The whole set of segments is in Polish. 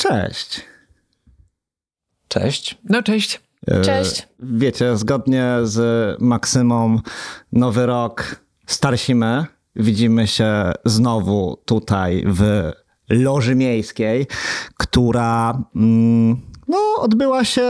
Cześć. Cześć. No cześć. Cześć. Wiecie, zgodnie z maksymą Nowy Rok starsimy. Widzimy się znowu tutaj w Loży Miejskiej, która odbyła się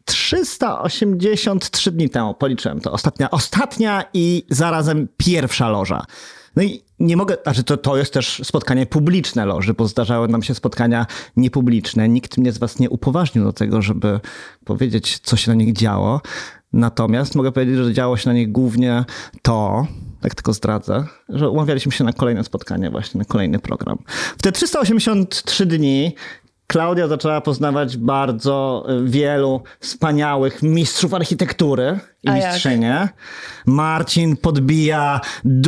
383 dni temu. Policzyłem to. Ostatnia i zarazem pierwsza loża. No i nie mogę, to jest też spotkanie publiczne loży, bo zdarzały nam się spotkania niepubliczne. Nikt mnie z was nie upoważnił do tego, żeby powiedzieć, co się na nich działo. Natomiast mogę powiedzieć, że działo się na nich głównie to, tak tylko zdradzę, że umawialiśmy się na kolejne spotkanie, właśnie na kolejny program. W te 383 dni Klaudia zaczęła poznawać bardzo wielu wspaniałych mistrzów architektury i mistrzynie. Marcin podbija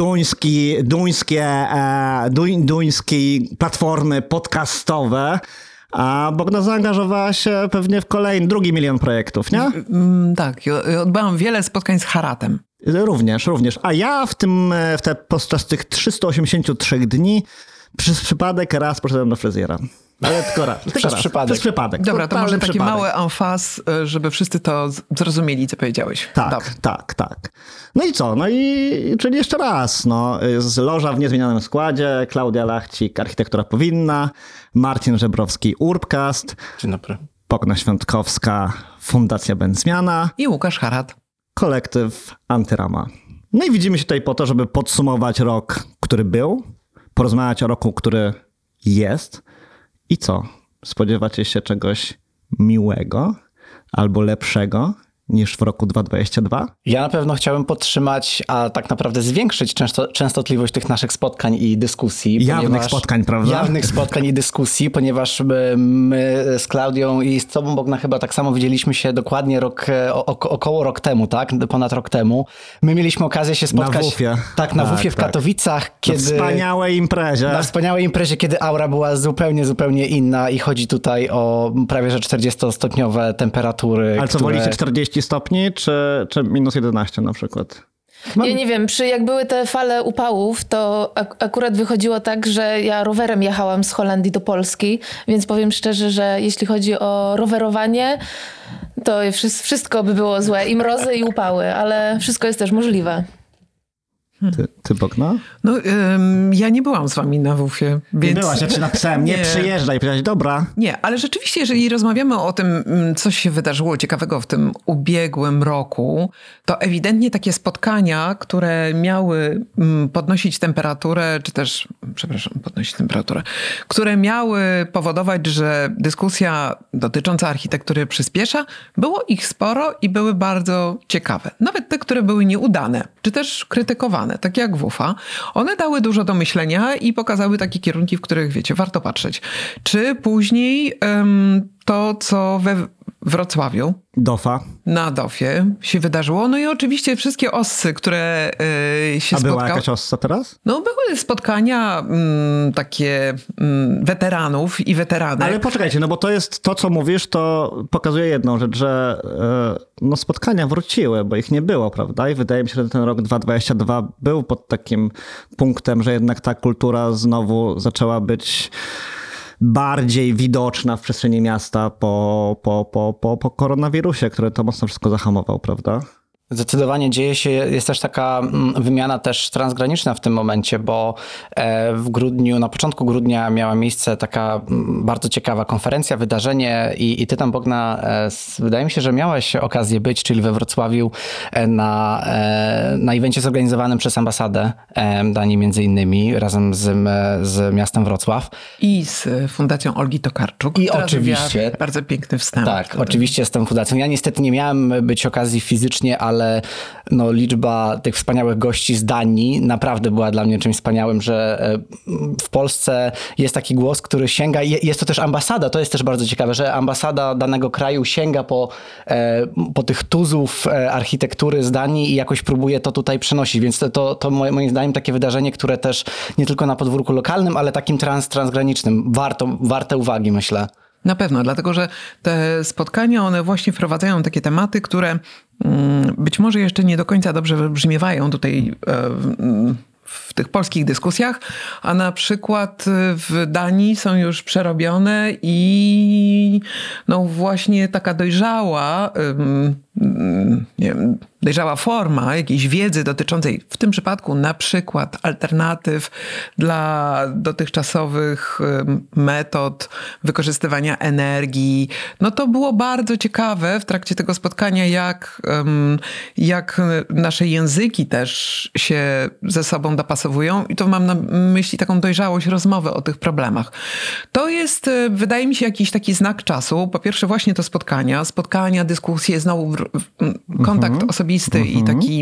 duńskie platformy podcastowe, a Bogna zaangażowała się pewnie w drugi milion projektów, nie? Tak, odbyłam wiele spotkań z Haratem. Również. A ja podczas tych 383 dni przez przypadek raz poszedłem do fryzjera. Ale tylko raz. Przez przypadek. Dobra, to może taki przypadek. mały emfaz, żeby wszyscy to zrozumieli, co powiedziałeś. Tak. No i co? Czyli jeszcze raz. Z loża w niezmienionym składzie. Klaudia Lachcik, Architektura Powinna. Marcin Żebrowski, Urbcast. Dzień dobry. Bogna Świątkowska, Fundacja Będzmiana. I Łukasz Harat. Kolektyw Antyrama. No i widzimy się tutaj po to, żeby podsumować rok, który był. Porozmawiać o roku, który jest. I co? Spodziewacie się czegoś miłego albo lepszego niż w roku 2022? Ja na pewno podtrzymać, a tak naprawdę zwiększyć częstotliwość tych naszych spotkań i dyskusji. Jawnych spotkań, prawda? Jawnych spotkań i dyskusji, ponieważ my z Klaudią i z tobą, Bogna, chyba tak samo widzieliśmy się dokładnie około rok temu, tak? Ponad rok temu. My mieliśmy okazję się spotkać... Na WUF-ie. Tak, na WUF-ie w Katowicach. Na wspaniałej imprezie, kiedy aura była zupełnie inna i chodzi tutaj o prawie że 40-stopniowe temperatury. Ale co, wolicie 40 stopni czy minus 11 na przykład? Ja nie wiem, jak były te fale upałów, to akurat wychodziło tak, że ja rowerem jechałam z Holandii do Polski, więc powiem szczerze, że jeśli chodzi o rowerowanie, to wszystko by było złe. I mrozy, i upały, ale wszystko jest też możliwe. Ty Bogna? No, ja nie byłam z wami na WUF-ie, więc... Nie byłaś, ja ci napisałem, nie przyjeżdżaj, powiedziałeś, dobra. Nie, ale rzeczywiście, jeżeli rozmawiamy o tym, co się wydarzyło ciekawego w tym ubiegłym roku, to ewidentnie takie spotkania, które miały podnosić temperaturę, które miały powodować, że dyskusja dotycząca architektury przyspiesza, było ich sporo i były bardzo ciekawe. Nawet te, które były nieudane, czy też krytykowane, tak jak WUFA, one dały dużo do myślenia i pokazały takie kierunki, w których, wiecie, warto patrzeć. Czy później to, co we Wrocławiu, na DOF-ie się wydarzyło. No i oczywiście wszystkie ossy, które się spotkały. A była jakaś ossa teraz? No były spotkania takie weteranów i weteranek. Ale poczekajcie, bo to jest to, co mówisz, to pokazuje jedną rzecz, że spotkania wróciły, bo ich nie było, prawda? I wydaje mi się, że ten rok 2022 był pod takim punktem, że jednak ta kultura znowu zaczęła być bardziej widoczna w przestrzeni miasta po koronawirusie, który to mocno wszystko zahamował, prawda? Zdecydowanie dzieje się, jest też taka wymiana też transgraniczna w tym momencie, bo w grudniu, na początku grudnia miała miejsce taka bardzo ciekawa konferencja, wydarzenie i ty tam, Bogna, wydaje mi się, że miałaś okazję być, czyli we Wrocławiu na evencie zorganizowanym przez ambasadę Danii między innymi, razem z miastem Wrocław. I z Fundacją Olgi Tokarczuk. I oczywiście. Bardzo piękny wstęp. Tak, oczywiście z tą fundacją. Ja niestety nie miałem być okazji fizycznie, ale liczba tych wspaniałych gości z Danii naprawdę była dla mnie czymś wspaniałym, że w Polsce jest taki głos, który sięga, jest to też ambasada, to jest też bardzo ciekawe, że ambasada danego kraju sięga po tych tuzów architektury z Danii i jakoś próbuje to tutaj przenosić, więc to moim zdaniem takie wydarzenie, które też nie tylko na podwórku lokalnym, ale takim transgranicznym, warte uwagi, myślę. Na pewno, dlatego że te spotkania, one właśnie wprowadzają takie tematy, które być może jeszcze nie do końca dobrze wybrzmiewają tutaj w tych polskich dyskusjach, a na przykład w Danii są już przerobione i no właśnie taka dojrzała, nie wiem, dojrzała forma jakiejś wiedzy dotyczącej w tym przypadku na przykład alternatyw dla dotychczasowych metod wykorzystywania energii. No to było bardzo ciekawe w trakcie tego spotkania, jak nasze języki też się ze sobą dopasowują i to mam na myśli taką dojrzałość rozmowy o tych problemach. To jest, wydaje mi się, jakiś taki znak czasu. Po pierwsze właśnie to spotkania, dyskusje, znowu kontakt osobisty i taki,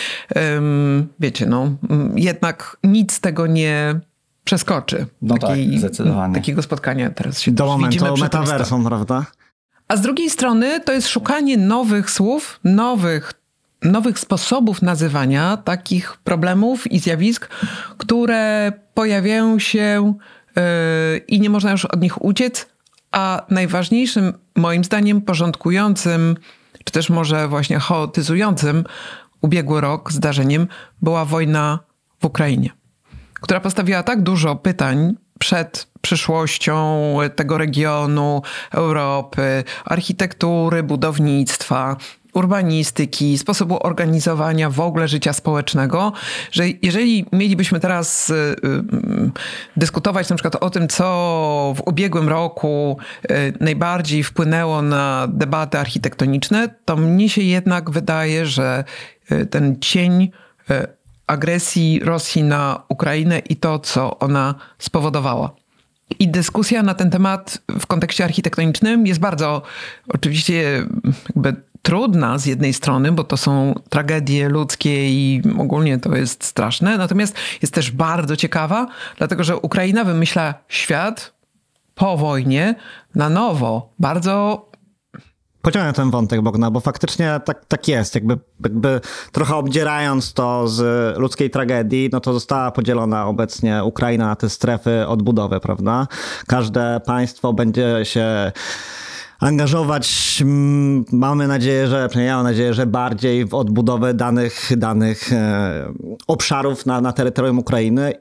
wiecie, no jednak nic tego nie przeskoczy. No tak, zdecydowanie. Takiego spotkania teraz się Do też widzimy momentu przed metaversum, prawda? A z drugiej strony to jest szukanie nowych słów, nowych sposobów nazywania takich problemów i zjawisk, które pojawiają się i nie można już od nich uciec, a najważniejszym, moim zdaniem, porządkującym, czy też może właśnie chaotyzującym ubiegły rok zdarzeniem była wojna w Ukrainie, która postawiła tak dużo pytań przed przyszłością tego regionu, Europy, architektury, budownictwa, urbanistyki, sposobu organizowania w ogóle życia społecznego, że jeżeli mielibyśmy teraz dyskutować na przykład o tym, co w ubiegłym roku najbardziej wpłynęło na debaty architektoniczne, to mnie się jednak wydaje, że ten cień agresji Rosji na Ukrainę i to, co ona spowodowała. I dyskusja na ten temat w kontekście architektonicznym jest bardzo oczywiście jakby trudna z jednej strony, bo to są tragedie ludzkie i ogólnie to jest straszne. Natomiast jest też bardzo ciekawa, dlatego że Ukraina wymyśla świat po wojnie na nowo. Bardzo Pociągnę ten wątek, Bogna, bo faktycznie tak jest. Jakby trochę obdzierając to z ludzkiej tragedii, no to została podzielona obecnie Ukraina na te strefy odbudowy, prawda? Każde państwo będzie się angażować, mamy nadzieję, przynajmniej ja mam nadzieję, że bardziej w odbudowę danych obszarów na terytorium Ukrainy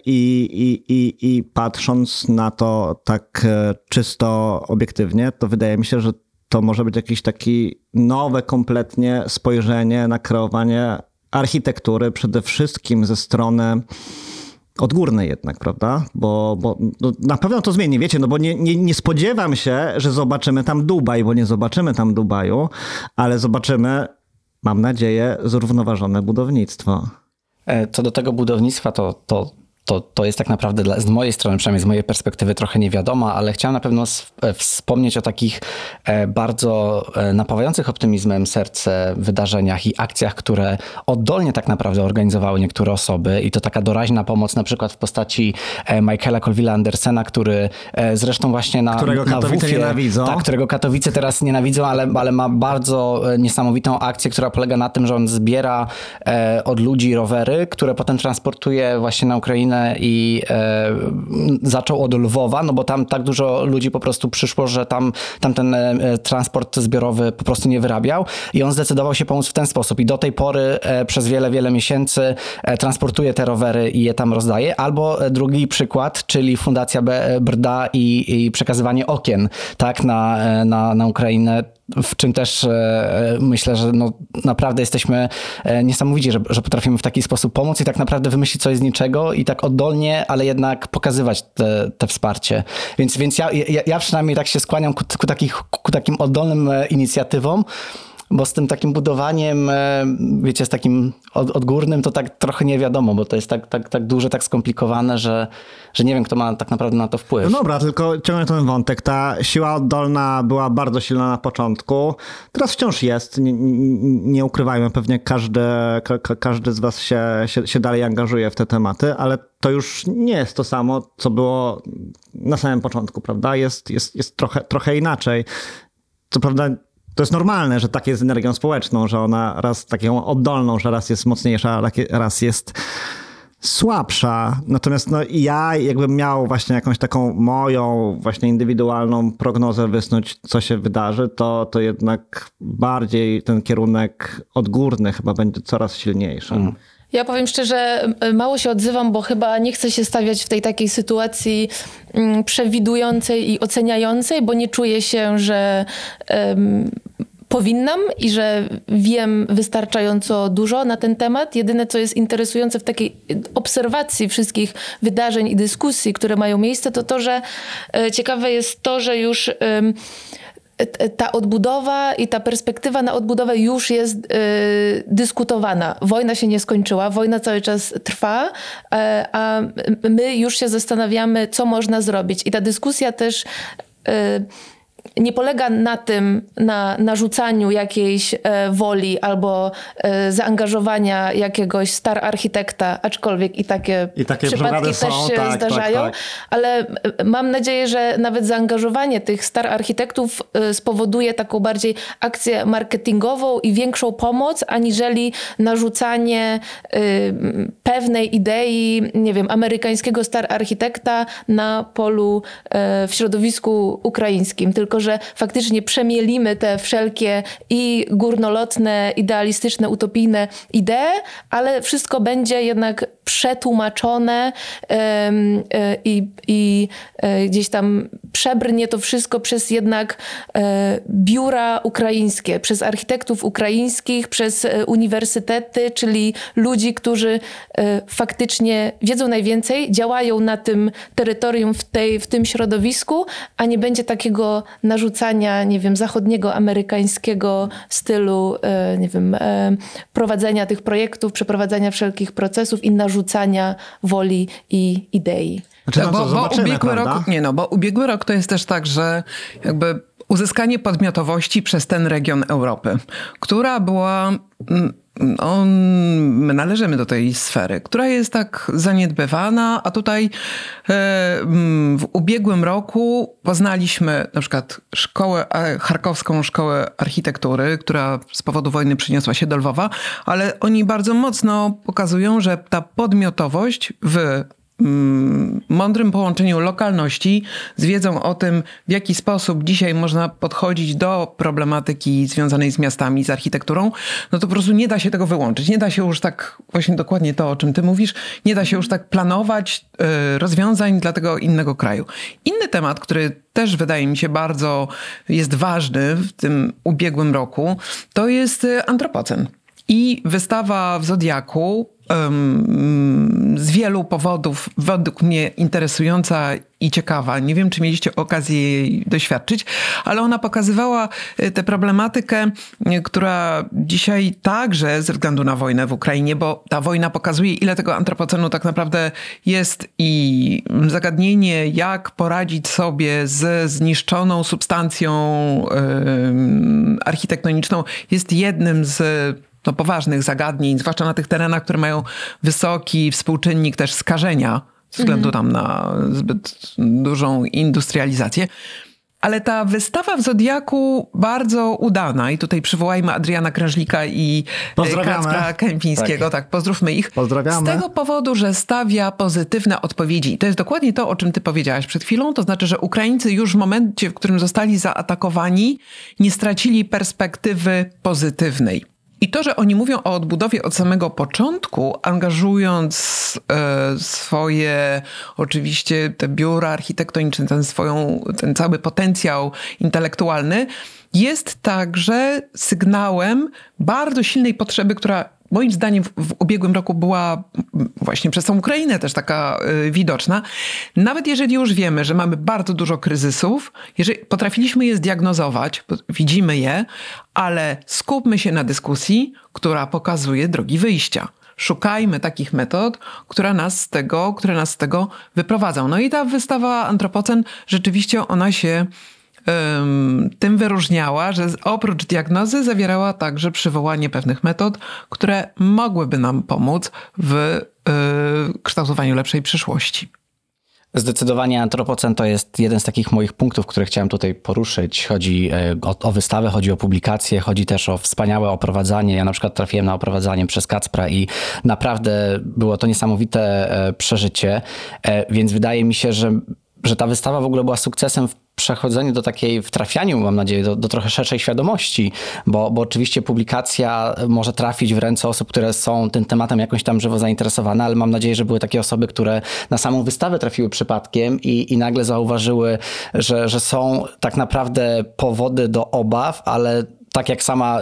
i patrząc na to tak czysto obiektywnie, to wydaje mi się, że to może być jakieś takie nowe kompletnie spojrzenie na kreowanie architektury, przede wszystkim ze strony odgórnej jednak, prawda? Bo no, na pewno to zmieni, wiecie, no bo nie spodziewam się, że zobaczymy tam Dubaj, bo nie zobaczymy tam Dubaju, ale zobaczymy, mam nadzieję, zrównoważone budownictwo. Co do tego budownictwa, to jest tak naprawdę z mojej strony, przynajmniej z mojej perspektywy trochę niewiadoma, ale chciałem na pewno wspomnieć o takich bardzo napawających optymizmem serce wydarzeniach i akcjach, które oddolnie tak naprawdę organizowały niektóre osoby i to taka doraźna pomoc na przykład w postaci Michaela Colvilla-Andersena, który zresztą właśnie którego Katowice nienawidzą. Tak, którego Katowice teraz nienawidzą, ale ma bardzo niesamowitą akcję, która polega na tym, że on zbiera od ludzi rowery, które potem transportuje właśnie na Ukrainę i zaczął od Lwowa, no bo tam tak dużo ludzi po prostu przyszło, że tam ten transport zbiorowy po prostu nie wyrabiał i on zdecydował się pomóc w ten sposób i do tej pory przez wiele miesięcy transportuje te rowery i je tam rozdaje. Albo drugi przykład, czyli Fundacja Brda i przekazywanie okien, tak, na Ukrainę, w czym też myślę, że no naprawdę jesteśmy niesamowici, że potrafimy w taki sposób pomóc i tak naprawdę wymyślić coś z niczego i tak oddolnie, ale jednak pokazywać te wsparcie. Więc ja przynajmniej tak się skłaniam ku takim oddolnym inicjatywom, bo z tym takim budowaniem, wiecie, z takim odgórnym to tak trochę nie wiadomo, bo to jest tak duże, tak skomplikowane, że nie wiem, kto ma tak naprawdę na to wpływ. No dobra, tylko ciągnę ten wątek. Ta siła oddolna była bardzo silna na początku. Teraz wciąż jest. Nie ukrywajmy, pewnie każdy z was się dalej angażuje w te tematy, ale to już nie jest to samo, co było na samym początku, prawda? Jest trochę inaczej. Co prawda to jest normalne, że tak jest z energią społeczną, że ona raz taką oddolną, że raz jest mocniejsza, a raz jest słabsza. Natomiast no, ja jakbym miał właśnie jakąś taką moją właśnie indywidualną prognozę wysnuć, co się wydarzy, to jednak bardziej ten kierunek odgórny chyba będzie coraz silniejszy. Ja powiem szczerze, mało się odzywam, bo chyba nie chcę się stawiać w tej takiej sytuacji przewidującej i oceniającej, bo nie czuję się, że powinnam i że wiem wystarczająco dużo na ten temat. Jedyne, co jest interesujące w takiej obserwacji wszystkich wydarzeń i dyskusji, które mają miejsce, to to, że ciekawe jest to, że już ta odbudowa i ta perspektywa na odbudowę już jest dyskutowana. Wojna się nie skończyła, wojna cały czas trwa, a my już się zastanawiamy, co można zrobić. I ta dyskusja też nie polega na tym, na narzucaniu jakiejś woli albo zaangażowania jakiegoś star architekta, aczkolwiek i takie przypadki też są, się tak, zdarzają, tak. ale mam nadzieję, że nawet zaangażowanie tych star architektów spowoduje taką bardziej akcję marketingową i większą pomoc, aniżeli narzucanie pewnej idei, nie wiem, amerykańskiego star architekta na polu w środowisku ukraińskim. Tylko że faktycznie przemielimy te wszelkie i górnolotne, idealistyczne, utopijne idee, ale wszystko będzie jednak przetłumaczone i gdzieś tam przebrnie to wszystko przez jednak biura ukraińskie, przez architektów ukraińskich, przez uniwersytety, czyli ludzi, którzy faktycznie wiedzą najwięcej, działają na tym terytorium, w tym środowisku, a nie będzie takiego narzucania, nie wiem, zachodniego, amerykańskiego stylu, nie wiem, prowadzenia tych projektów, przeprowadzania wszelkich procesów i narzucania woli i idei. Znaczy, no, bo ubiegły rok to jest też tak, że jakby uzyskanie podmiotowości przez ten region Europy, która była... my należymy do tej sfery, która jest tak zaniedbywana, a tutaj w ubiegłym roku poznaliśmy na przykład Charkowską Szkołę Architektury, która z powodu wojny przeniosła się do Lwowa, ale oni bardzo mocno pokazują, że ta podmiotowość w mądrym połączeniu lokalności z wiedzą o tym, w jaki sposób dzisiaj można podchodzić do problematyki związanej z miastami, z architekturą, no to po prostu nie da się tego wyłączyć. Nie da się już tak, właśnie dokładnie to, o czym ty mówisz, nie da się już tak planować rozwiązań dla tego innego kraju. Inny temat, który też wydaje mi się bardzo jest ważny w tym ubiegłym roku, to jest antropocen. I wystawa w Zodiaku z wielu powodów według mnie interesująca i ciekawa. Nie wiem, czy mieliście okazję jej doświadczyć, ale ona pokazywała tę problematykę, która dzisiaj także ze względu na wojnę w Ukrainie, bo ta wojna pokazuje, ile tego antropocenu tak naprawdę jest i zagadnienie, jak poradzić sobie z zniszczoną substancją architektoniczną jest jednym z poważnych zagadnień, zwłaszcza na tych terenach, które mają wysoki współczynnik też skażenia ze względu tam na zbyt dużą industrializację. Ale ta wystawa w Zodiaku bardzo udana i tutaj przywołajmy Adriana Krężlika i Kacpra Kępińskiego. Tak, pozdrówmy ich. Pozdrawiamy. Z tego powodu, że stawia pozytywne odpowiedzi. I to jest dokładnie to, o czym ty powiedziałaś przed chwilą. To znaczy, że Ukraińcy już w momencie, w którym zostali zaatakowani, nie stracili perspektywy pozytywnej. I to, że oni mówią o odbudowie od samego początku, angażując swoje oczywiście te biura architektoniczne, ten cały potencjał intelektualny, jest także sygnałem bardzo silnej potrzeby, która moim zdaniem w ubiegłym roku była właśnie przez tą Ukrainę też taka widoczna. Nawet jeżeli już wiemy, że mamy bardzo dużo kryzysów, jeżeli potrafiliśmy je zdiagnozować, widzimy je, ale skupmy się na dyskusji, która pokazuje drogi wyjścia. Szukajmy takich metod, które nas z tego wyprowadzą. No i ta wystawa Antropocen, rzeczywiście ona się tym wyróżniała, że oprócz diagnozy zawierała także przywołanie pewnych metod, które mogłyby nam pomóc w kształtowaniu lepszej przyszłości. Zdecydowanie Antropocen to jest jeden z takich moich punktów, które chciałem tutaj poruszyć. Chodzi o wystawę, chodzi o publikację, chodzi też o wspaniałe oprowadzanie. Ja na przykład trafiłem na oprowadzanie przez Kacpra i naprawdę było to niesamowite przeżycie, więc wydaje mi się, że ta wystawa w ogóle była sukcesem w przechodzeniu do takiej, w trafianiu, mam nadzieję, do trochę szerszej świadomości, bo oczywiście publikacja może trafić w ręce osób, które są tym tematem jakoś tam żywo zainteresowane, ale mam nadzieję, że były takie osoby, które na samą wystawę trafiły przypadkiem i nagle zauważyły, że są tak naprawdę powody do obaw, ale tak jak sama,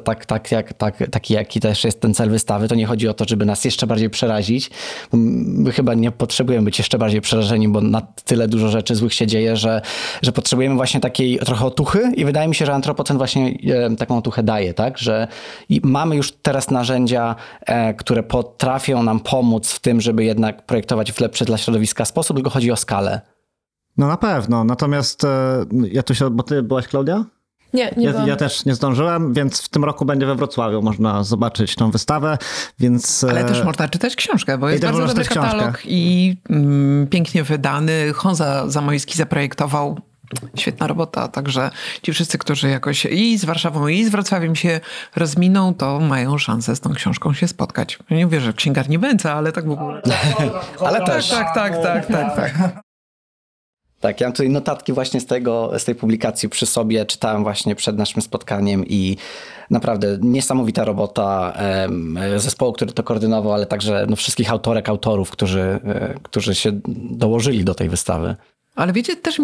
jaki też jest ten cel wystawy, to nie chodzi o to, żeby nas jeszcze bardziej przerazić. My chyba nie potrzebujemy być jeszcze bardziej przerażeni, bo na tyle dużo rzeczy złych się dzieje, że potrzebujemy właśnie takiej trochę otuchy i wydaje mi się, że antropocen właśnie taką otuchę daje, tak? Że mamy już teraz narzędzia, które potrafią nam pomóc w tym, żeby jednak projektować w lepszy dla środowiska sposób, tylko chodzi o skalę. No na pewno, natomiast bo ty byłaś, Klaudia? Nie byłam. Ja też nie zdążyłem, więc w tym roku będzie we Wrocławiu. Można zobaczyć tą wystawę, więc... Ale też można czytać książkę, bo jest też bardzo można dobry czytać katalog książkę. i pięknie wydany. Honza Zamojski zaprojektował. Świetna robota, także ci wszyscy, którzy jakoś i z Warszawą, i z Wrocławiem się rozminą, to mają szansę z tą książką się spotkać. Ja nie mówię, że w księgarni Węca, ale tak w ogóle. Ale też. Tak. Tak, ja mam tutaj notatki właśnie z tej publikacji przy sobie, czytałem właśnie przed naszym spotkaniem i naprawdę niesamowita robota zespołu, który to koordynował, ale także wszystkich autorów, którzy się dołożyli do tej wystawy. Ale wiecie, też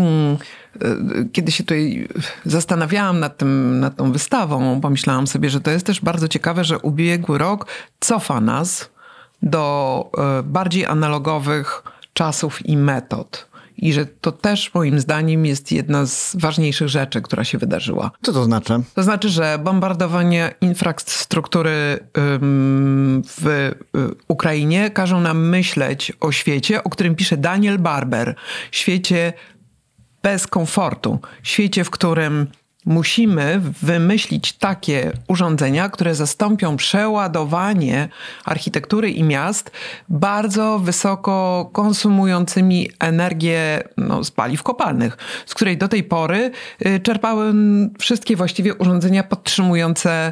kiedy się tutaj zastanawiałam nad tą wystawą, pomyślałam sobie, że to jest też bardzo ciekawe, że ubiegły rok cofa nas do bardziej analogowych czasów i metod. I że to też moim zdaniem jest jedna z ważniejszych rzeczy, która się wydarzyła. Co to znaczy? To znaczy, że bombardowanie infrastruktury w Ukrainie każą nam myśleć o świecie, o którym pisze Daniel Barber. Świecie bez komfortu. Świecie, w którym musimy wymyślić takie urządzenia, które zastąpią przeładowanie architektury i miast bardzo wysoko konsumującymi energię z paliw kopalnych, z której do tej pory czerpały wszystkie właściwie urządzenia podtrzymujące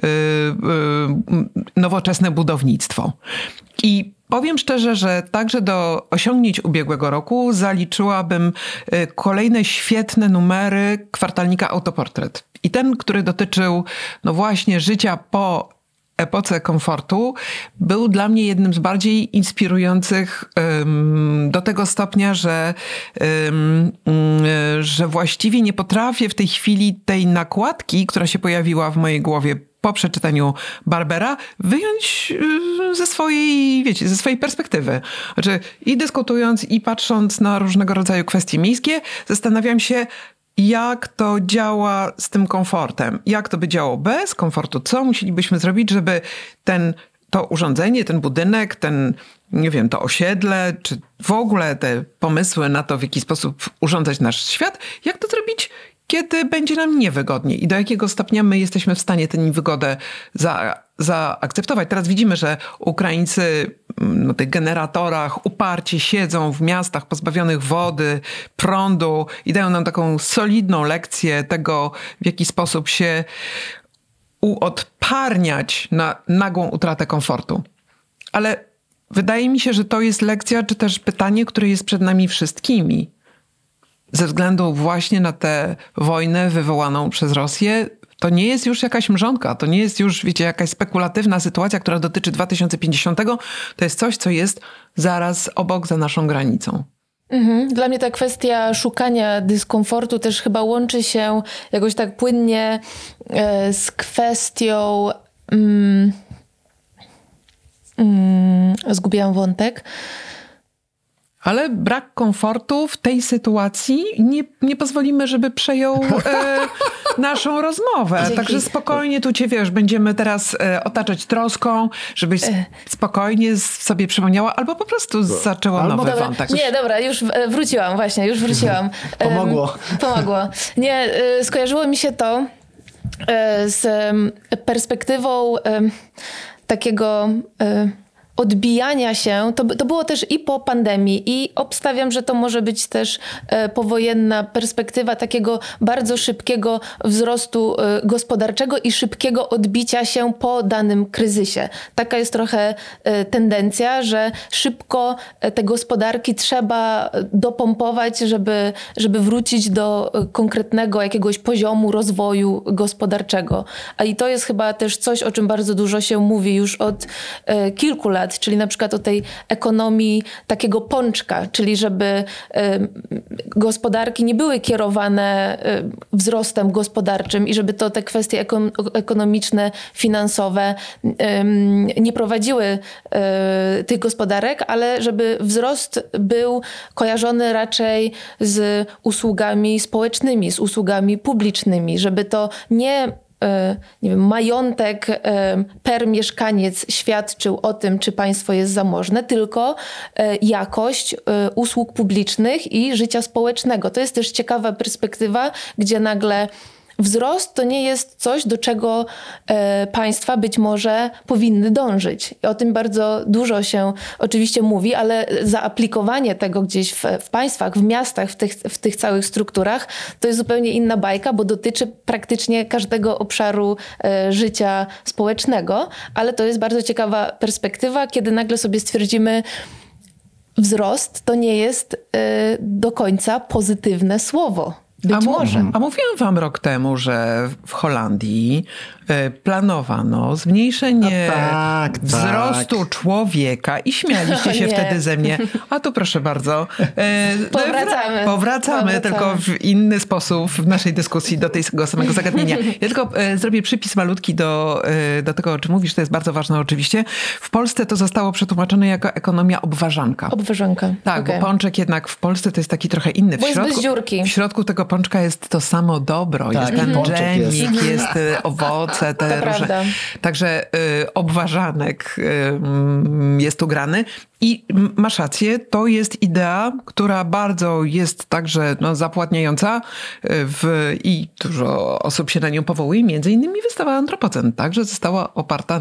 nowoczesne budownictwo. I powiem szczerze, że także do osiągnięć ubiegłego roku zaliczyłabym kolejne świetne numery kwartalnika Autoportret. I ten, który dotyczył właśnie życia po epoce komfortu, był dla mnie jednym z bardziej inspirujących do tego stopnia, że właściwie nie potrafię w tej chwili tej nakładki, która się pojawiła w mojej głowie po przeczytaniu Barbera, wyjąć ze swojej perspektywy. Znaczy, i dyskutując, i patrząc na różnego rodzaju kwestie miejskie, zastanawiam się, jak to działa z tym komfortem. Jak to by działało bez komfortu? Co musielibyśmy zrobić, żeby to urządzenie, ten budynek, to osiedle, czy w ogóle te pomysły na to, w jaki sposób urządzać nasz świat, jak to zrobić, kiedy będzie nam niewygodnie i do jakiego stopnia my jesteśmy w stanie tę niewygodę zaakceptować. Teraz widzimy, że Ukraińcy na tych generatorach uparcie siedzą w miastach pozbawionych wody, prądu i dają nam taką solidną lekcję tego, w jaki sposób się uodparniać na nagłą utratę komfortu. Ale wydaje mi się, że to jest lekcja, czy też pytanie, które jest przed nami wszystkimi. Ze względu właśnie na tę wojnę wywołaną przez Rosję, to nie jest już jakaś mrzonka, to nie jest już, jakaś spekulatywna sytuacja, która dotyczy 2050. To jest coś, co jest zaraz obok, za naszą granicą. Dla mnie ta kwestia szukania dyskomfortu też chyba łączy się jakoś tak płynnie z kwestią... zgubiłam wątek. Ale brak komfortu w tej sytuacji nie pozwolimy, żeby przejął naszą rozmowę. Dzięki. Także spokojnie tu cię, będziemy teraz otaczać troską, żebyś spokojnie sobie przypomniała, albo po prostu zaczęła nowy wątek. Nie, dobra, już wróciłam. Pomogło. Pomogło. Nie, skojarzyło mi się to z perspektywą takiego odbijania się, to było też i po pandemii i obstawiam, że to może być też powojenna perspektywa takiego bardzo szybkiego wzrostu gospodarczego i szybkiego odbicia się po danym kryzysie. Taka jest trochę tendencja, że szybko te gospodarki trzeba dopompować, żeby wrócić do konkretnego jakiegoś poziomu rozwoju gospodarczego. A i to jest chyba też coś, o czym bardzo dużo się mówi już od kilku lat, czyli na przykład o tej ekonomii takiego pączka, czyli żeby gospodarki nie były kierowane wzrostem gospodarczym i żeby to te kwestie ekonomiczne, finansowe nie prowadziły tych gospodarek, ale żeby wzrost był kojarzony raczej z usługami społecznymi, z usługami publicznymi, żeby to nie wiem, majątek per mieszkaniec świadczył o tym, czy państwo jest zamożne, tylko jakość usług publicznych i życia społecznego. To jest też ciekawa perspektywa, gdzie nagle wzrost to nie jest coś, do czego państwa być może powinny dążyć. I o tym bardzo dużo się oczywiście mówi, ale zaaplikowanie tego gdzieś w państwach, w miastach, w tych całych strukturach, to jest zupełnie inna bajka, bo dotyczy praktycznie każdego obszaru życia społecznego, ale to jest bardzo ciekawa perspektywa, kiedy nagle sobie stwierdzimy, wzrost to nie jest do końca pozytywne słowo. Być może. A mówiłam wam rok temu, że w Holandii planowano zmniejszenie wzrostu człowieka i śmialiście się wtedy ze mnie. A tu proszę bardzo. Powracamy, tylko w inny sposób w naszej dyskusji do tego samego zagadnienia. Ja tylko zrobię przypis malutki do tego, o czym mówisz. To jest bardzo ważne oczywiście. W Polsce to zostało przetłumaczone jako ekonomia obwarzanka. Obwarzanka. Tak, okay. Bo pączek jednak w Polsce to jest taki trochę inny. Bo jest bez dziurki. W środku tego pączka jest to samo dobro. Tak, jest ten dżemik, jest. jest owoce, te To różne. prawda. Także obwarzanek jest ugrany. I masz rację, to jest idea, która bardzo jest także zapładniająca i dużo osób się na nią powołuje. Między innymi wystawa Antropocen także została oparta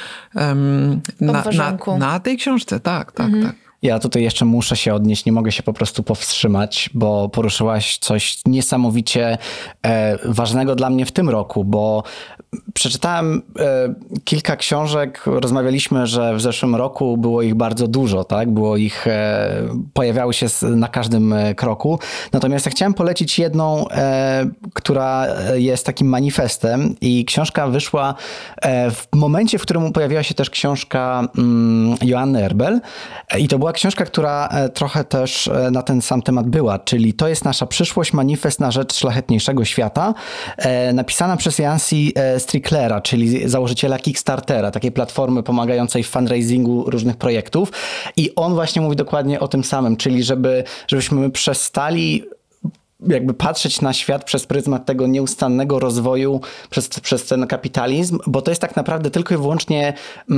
na tej książce. Tak. Ja tutaj jeszcze muszę się odnieść, nie mogę się po prostu powstrzymać, bo poruszyłaś coś niesamowicie ważnego dla mnie w tym roku, bo przeczytałem kilka książek, rozmawialiśmy, że w zeszłym roku było ich bardzo dużo, tak? Było ich, pojawiały się na każdym kroku. Natomiast ja chciałem polecić jedną, która jest takim manifestem i książka wyszła w momencie, w którym pojawiła się też książka Joanny Erbel i to była książka, która trochę też na ten sam temat była, czyli To jest nasza przyszłość, manifest na rzecz szlachetniejszego świata, napisana przez Jansi Stricklera, czyli założyciela Kickstartera, takiej platformy pomagającej w fundraisingu różnych projektów. I on właśnie mówi dokładnie o tym samym, czyli żebyśmy przestali jakby patrzeć na świat przez pryzmat tego nieustannego rozwoju przez ten kapitalizm, bo to jest tak naprawdę tylko i wyłącznie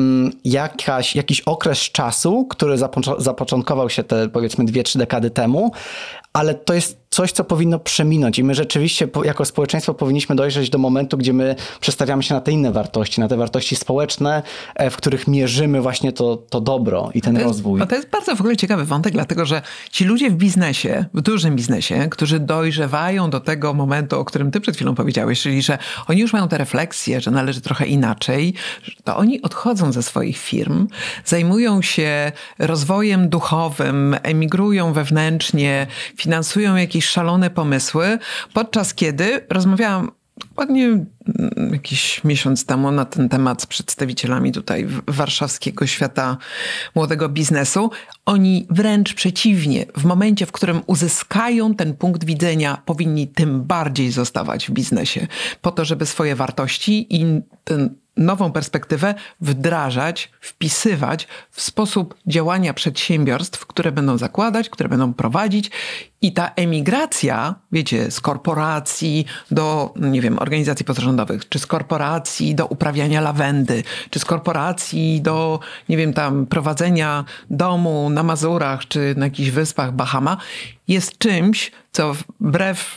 jakiś okres czasu, który zapoczątkował się te powiedzmy 2-3 dekady temu, ale to jest coś, co powinno przeminąć i my rzeczywiście jako społeczeństwo powinniśmy dojrzeć do momentu, gdzie my przestawiamy się na te inne wartości, na te wartości społeczne, w których mierzymy właśnie to dobro i ten rozwój. To jest bardzo w ogóle ciekawy wątek, dlatego że ci ludzie w biznesie, w dużym biznesie, którzy dojrzewają do tego momentu, o którym ty przed chwilą powiedziałeś, czyli że oni już mają te refleksje, że należy trochę inaczej, to oni odchodzą ze swoich firm, zajmują się rozwojem duchowym, emigrują wewnętrznie, finansują jakieś szalone pomysły, podczas kiedy rozmawiałam dokładnie jakiś miesiąc temu na ten temat z przedstawicielami tutaj warszawskiego świata młodego biznesu. Oni wręcz przeciwnie, w momencie, w którym uzyskają ten punkt widzenia, powinni tym bardziej zostawać w biznesie, po to, żeby swoje wartości i ten nową perspektywę wdrażać, wpisywać w sposób działania przedsiębiorstw, które będą zakładać, które będą prowadzić. I ta emigracja, wiecie, z korporacji do, nie wiem, organizacji pozarządowych, czy z korporacji do uprawiania lawendy, czy z korporacji do, nie wiem, tam prowadzenia domu na Mazurach, czy na jakichś wyspach Bahama, jest czymś, co wbrew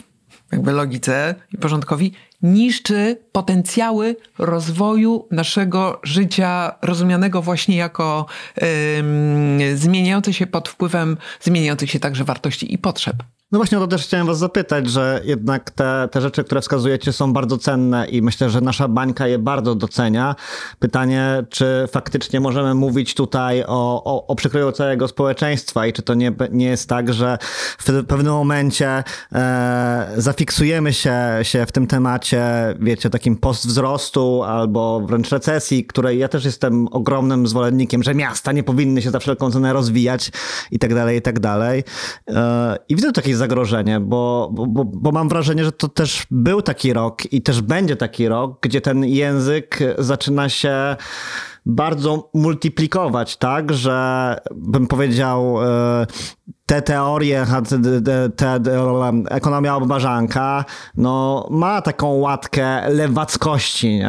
jakby logice i porządkowi, niszczy potencjały rozwoju naszego życia, rozumianego właśnie jako zmieniające się pod wpływem zmieniających się także wartości i potrzeb. No właśnie o to też chciałem was zapytać, że jednak te rzeczy, które wskazujecie, są bardzo cenne i myślę, że nasza bańka je bardzo docenia. Pytanie, czy faktycznie możemy mówić tutaj o przekroju całego społeczeństwa i czy to nie jest tak, że w pewnym momencie zafiksujemy się w tym temacie, wiecie, takim postwzrostu albo wręcz recesji, której ja też jestem ogromnym zwolennikiem, że miasta nie powinny się za wszelką cenę rozwijać i tak dalej, i tak dalej. I widzę takie zagrożenie, bo mam wrażenie, że to też był taki rok i też będzie taki rok, gdzie ten język zaczyna się bardzo multiplikować, tak, że bym powiedział te teorie, ekonomia obwarzanka, no ma taką łatkę lewackości, nie?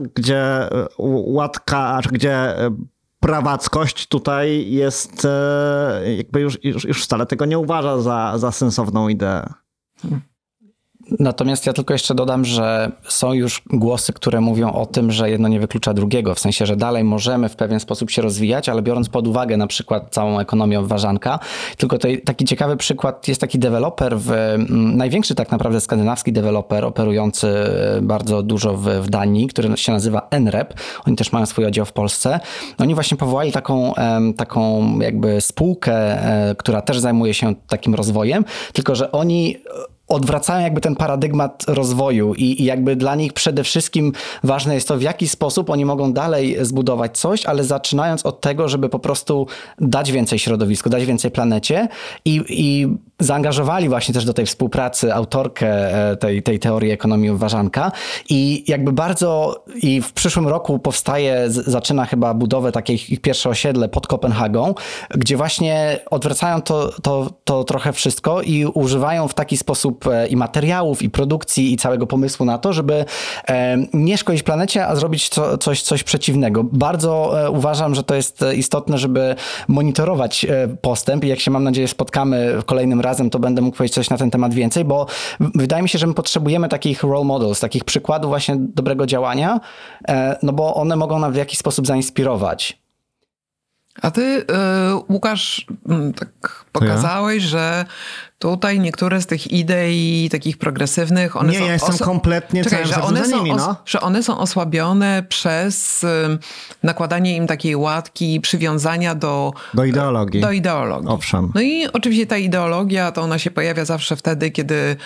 Gdzie prawackość tutaj jest, jakby już wcale tego nie uważa za sensowną ideę. Natomiast ja tylko jeszcze dodam, że są już głosy, które mówią o tym, że jedno nie wyklucza drugiego, w sensie, że dalej możemy w pewien sposób się rozwijać, ale biorąc pod uwagę na przykład całą ekonomię obwarzanka, tylko taki ciekawy przykład, jest taki deweloper, największy tak naprawdę skandynawski deweloper operujący bardzo dużo w Danii, który się nazywa NREP, oni też mają swój oddział w Polsce. Oni właśnie powołali taką jakby spółkę, która też zajmuje się takim rozwojem, tylko że oni odwracają jakby ten paradygmat rozwoju i jakby dla nich przede wszystkim ważne jest to, w jaki sposób oni mogą dalej zbudować coś, ale zaczynając od tego, żeby po prostu dać więcej środowisku, dać więcej planecie i zaangażowali właśnie też do tej współpracy autorkę tej teorii ekonomii obwarzanka i jakby i w przyszłym roku zaczyna chyba budowę takiej ich pierwsze osiedle pod Kopenhagą, gdzie właśnie odwracają to trochę wszystko i używają w taki sposób i materiałów, i produkcji, i całego pomysłu na to, żeby nie szkodzić planecie, a zrobić coś przeciwnego. Bardzo uważam, że to jest istotne, żeby monitorować postęp i jak się, mam nadzieję, spotkamy kolejnym razem, to będę mógł powiedzieć coś na ten temat więcej, bo wydaje mi się, że my potrzebujemy takich role models, takich przykładów właśnie dobrego działania, no bo one mogą nam w jakiś sposób zainspirować. A ty, Łukasz, tak pokazałeś, że tutaj niektóre z tych idei takich progresywnych, one nie, są... ja jestem kompletnie całym sercem za nimi, że one są osłabione przez nakładanie im takiej łatki przywiązania do ideologii. Do ideologii. Owszem. No i oczywiście ta ideologia, to ona się pojawia zawsze wtedy, kiedy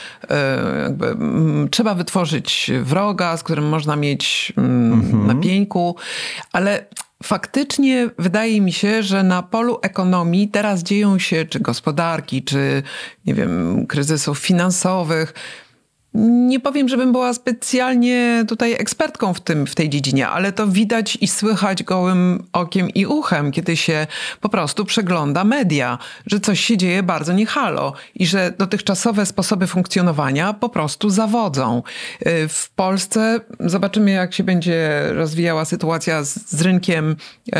trzeba wytworzyć wroga, z którym można mieć na pieńku, ale faktycznie wydaje mi się, że na polu ekonomii teraz dzieją się, czy gospodarki, czy nie wiem, kryzysów finansowych. Nie powiem, żebym była specjalnie tutaj ekspertką w tej dziedzinie, ale to widać i słychać gołym okiem i uchem, kiedy się po prostu przegląda media, że coś się dzieje bardzo nie halo i że dotychczasowe sposoby funkcjonowania po prostu zawodzą. W Polsce zobaczymy, jak się będzie rozwijała sytuacja z rynkiem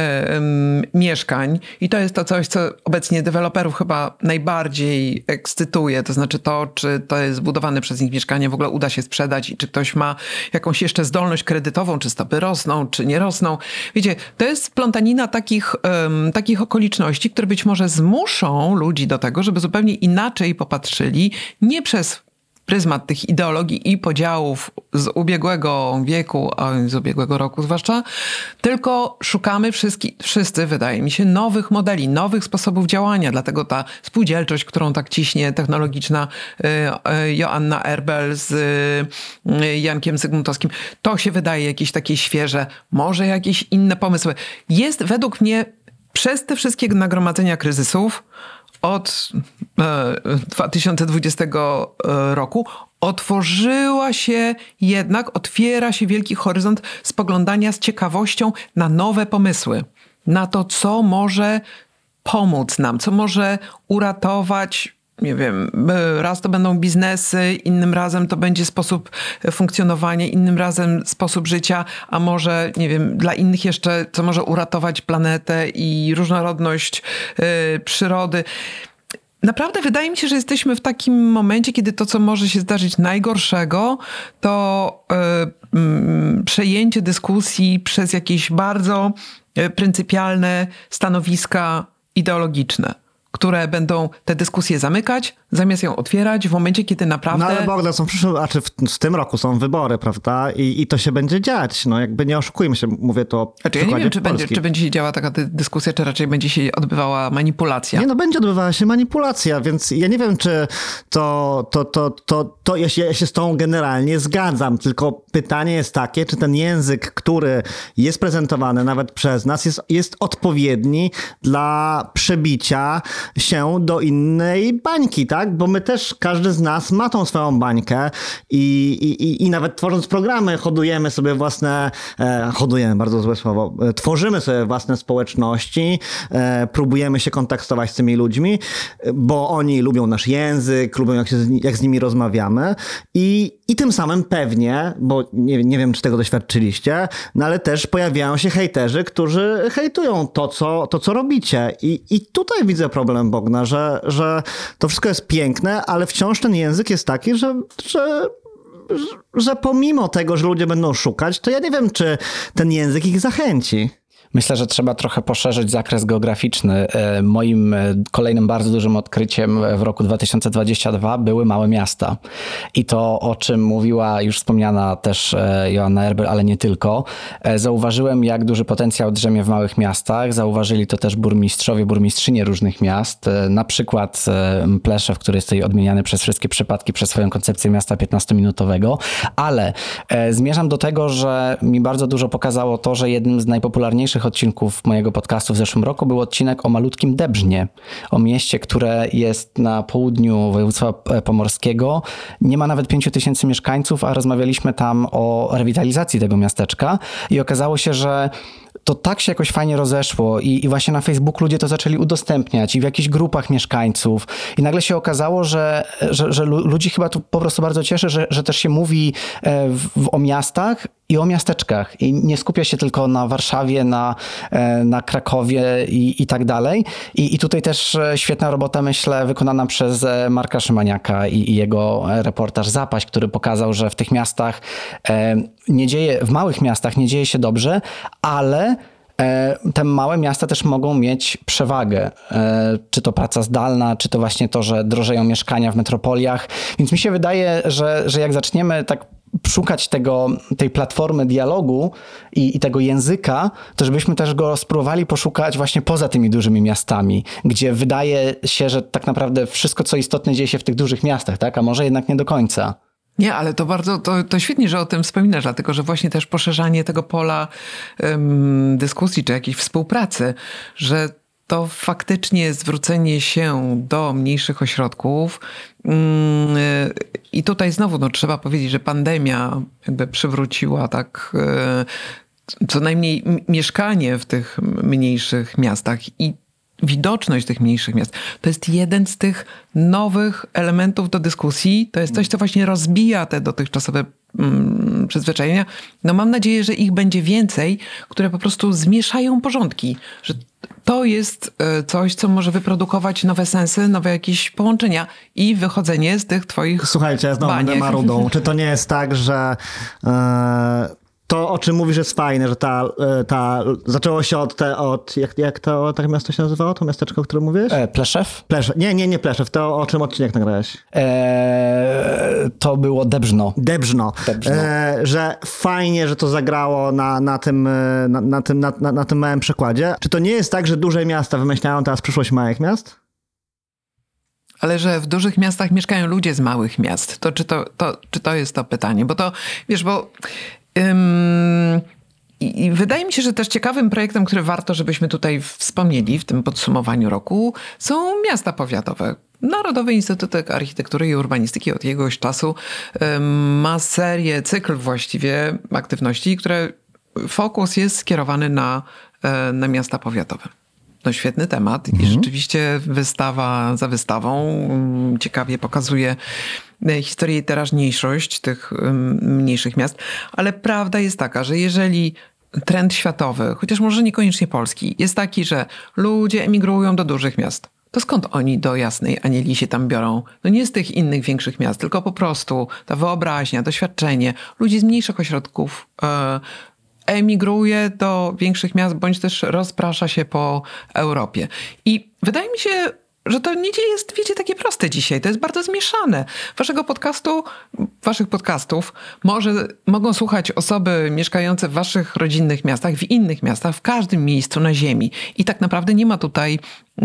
mieszkań i to jest to coś, co obecnie deweloperów chyba najbardziej ekscytuje, to znaczy to, czy to jest zbudowane przez nich mieszkanie w ogóle uda się sprzedać i czy ktoś ma jakąś jeszcze zdolność kredytową, czy stopy rosną, czy nie rosną. Wiecie, to jest splątanina takich okoliczności, które być może zmuszą ludzi do tego, żeby zupełnie inaczej popatrzyli, nie przez pryzmat tych ideologii i podziałów z ubiegłego wieku, a z ubiegłego roku zwłaszcza, tylko szukamy wszyscy, wydaje mi się, nowych modeli, nowych sposobów działania. Dlatego ta spółdzielczość, którą tak ciśnie technologiczna Joanna Erbel z Jankiem Zygmuntowskim, to się wydaje jakieś takie świeże, może jakieś inne pomysły. Jest według mnie przez te wszystkie nagromadzenia kryzysów od 2020 roku otwiera się wielki horyzont spoglądania z ciekawością na nowe pomysły, na to, co może pomóc nam, co może uratować. Nie wiem, raz to będą biznesy, innym razem to będzie sposób funkcjonowania, innym razem sposób życia, a może, nie wiem, dla innych jeszcze, co może uratować planetę i różnorodność przyrody. naprawdę wydaje mi się, że jesteśmy w takim momencie, kiedy to, co może się zdarzyć najgorszego, to przejęcie dyskusji przez jakieś bardzo pryncypialne stanowiska ideologiczne, które będą te dyskusje zamykać, zamiast ją otwierać w momencie, kiedy naprawdę... No ale Bogdan, są w tym roku są wybory, prawda? I to się będzie dziać. No jakby nie oszukujmy się, mówię to o Znaczy, ja nie wiem, Polski. czy będzie się działa taka dyskusja, czy raczej będzie się odbywała manipulacja. Nie, no będzie odbywała się manipulacja, więc ja nie wiem, czy ja się z tą generalnie zgadzam, tylko pytanie jest takie, czy ten język, który jest prezentowany nawet przez nas, jest odpowiedni dla przebicia się do innej bańki, tak? Bo my też, każdy z nas ma tą swoją bańkę i nawet tworząc programy hodujemy sobie własne, bardzo złe słowo, tworzymy sobie własne społeczności, próbujemy się kontaktować z tymi ludźmi, bo oni lubią nasz język, lubią jak z nimi rozmawiamy i tym samym pewnie, bo nie wiem, czy tego doświadczyliście, no ale też pojawiają się hejterzy, którzy hejtują to, co robicie. I tutaj widzę problem, Bogna, że to wszystko jest piękne, ale wciąż ten język jest taki, że pomimo tego, że ludzie będą szukać, to ja nie wiem, czy ten język ich zachęci. Myślę, że trzeba trochę poszerzyć zakres geograficzny. Moim kolejnym bardzo dużym odkryciem w roku 2022 były małe miasta. I to, o czym mówiła już wspomniana też Joanna Erbel, ale nie tylko. Zauważyłem, jak duży potencjał drzemie w małych miastach. Zauważyli to też burmistrzowie, burmistrzynie różnych miast. Na przykład Pleszew, który jest tutaj odmieniany przez wszystkie przypadki przez swoją koncepcję miasta 15-minutowego. Ale zmierzam do tego, że mi bardzo dużo pokazało to, że jednym z najpopularniejszych odcinków mojego podcastu w zeszłym roku był odcinek o malutkim Debrznie, o mieście, które jest na południu województwa pomorskiego. Nie ma nawet 5000 mieszkańców, a rozmawialiśmy tam o rewitalizacji tego miasteczka i okazało się, że to tak się jakoś fajnie rozeszło i właśnie na Facebooku ludzie to zaczęli udostępniać i w jakichś grupach mieszkańców i nagle się okazało, że ludzi chyba to po prostu bardzo cieszy, że też się mówi o miastach i o miasteczkach i nie skupia się tylko na Warszawie, na Krakowie i tak dalej. I tutaj też świetna robota, myślę, wykonana przez Marka Szymaniaka i jego reportaż Zapaść, który pokazał, że w tych miastach w małych miastach nie dzieje się dobrze, ale te małe miasta też mogą mieć przewagę. Czy to praca zdalna, czy to właśnie to, że drożeją mieszkania w metropoliach. Więc mi się wydaje, że jak zaczniemy tak szukać tej platformy dialogu i tego języka, to żebyśmy też go spróbowali poszukać właśnie poza tymi dużymi miastami, gdzie wydaje się, że tak naprawdę wszystko, co istotne, dzieje się w tych dużych miastach, tak? A może jednak nie do końca. Nie, ale to świetnie, że o tym wspominasz, dlatego że właśnie też poszerzanie tego pola dyskusji czy jakiejś współpracy, że to faktycznie zwrócenie się do mniejszych ośrodków i tutaj znowu trzeba powiedzieć, że pandemia jakby przywróciła tak co najmniej mieszkanie w tych mniejszych miastach i widoczność tych mniejszych miast. To jest jeden z tych nowych elementów do dyskusji. To jest coś, co właśnie rozbija te dotychczasowe przyzwyczajenia. No mam nadzieję, że ich będzie więcej, które po prostu zmieszają porządki. Że to jest coś, co może wyprodukować nowe sensy, nowe jakieś połączenia i wychodzenie z tych twoich Słuchajcie, ja znowu będę marudą. Czy to nie jest tak, że to, o czym mówisz, jest fajne, że zaczęło się jak to tak miasto się nazywało? To miasteczko, o którym mówisz? Pleszew? Nie Pleszew. To o czym odcinek nagrałeś? To było Debrzno. Debrzno. Że fajnie, że to zagrało na tym małym przykładzie. Czy to nie jest tak, że duże miasta wymyślają teraz przyszłość małych miast? Ale że w dużych miastach mieszkają ludzie z małych miast. To czy to jest to pytanie? Bo to, wiesz, I wydaje mi się, że też ciekawym projektem, który warto, żebyśmy tutaj wspomnieli w tym podsumowaniu roku, są miasta powiatowe. Narodowy Instytut Architektury i Urbanistyki od jakiegoś czasu ma serię, cykl właściwie aktywności, które fokus jest skierowany na miasta powiatowe. No świetny temat i rzeczywiście wystawa za wystawą ciekawie pokazuje historię i teraźniejszość tych mniejszych miast, ale prawda jest taka, że jeżeli trend światowy, chociaż może niekoniecznie polski, jest taki, że ludzie emigrują do dużych miast, to skąd oni do Jasnej Anieli się tam biorą? No nie z tych innych większych miast, tylko po prostu ta wyobraźnia, doświadczenie ludzi z mniejszych ośrodków emigruje do większych miast, bądź też rozprasza się po Europie. I wydaje mi się, że to nie jest, wiecie, takie proste dzisiaj. To jest bardzo zmieszane. Waszych podcastów mogą słuchać osoby mieszkające w waszych rodzinnych miastach, w innych miastach, w każdym miejscu na ziemi. I tak naprawdę nie ma tutaj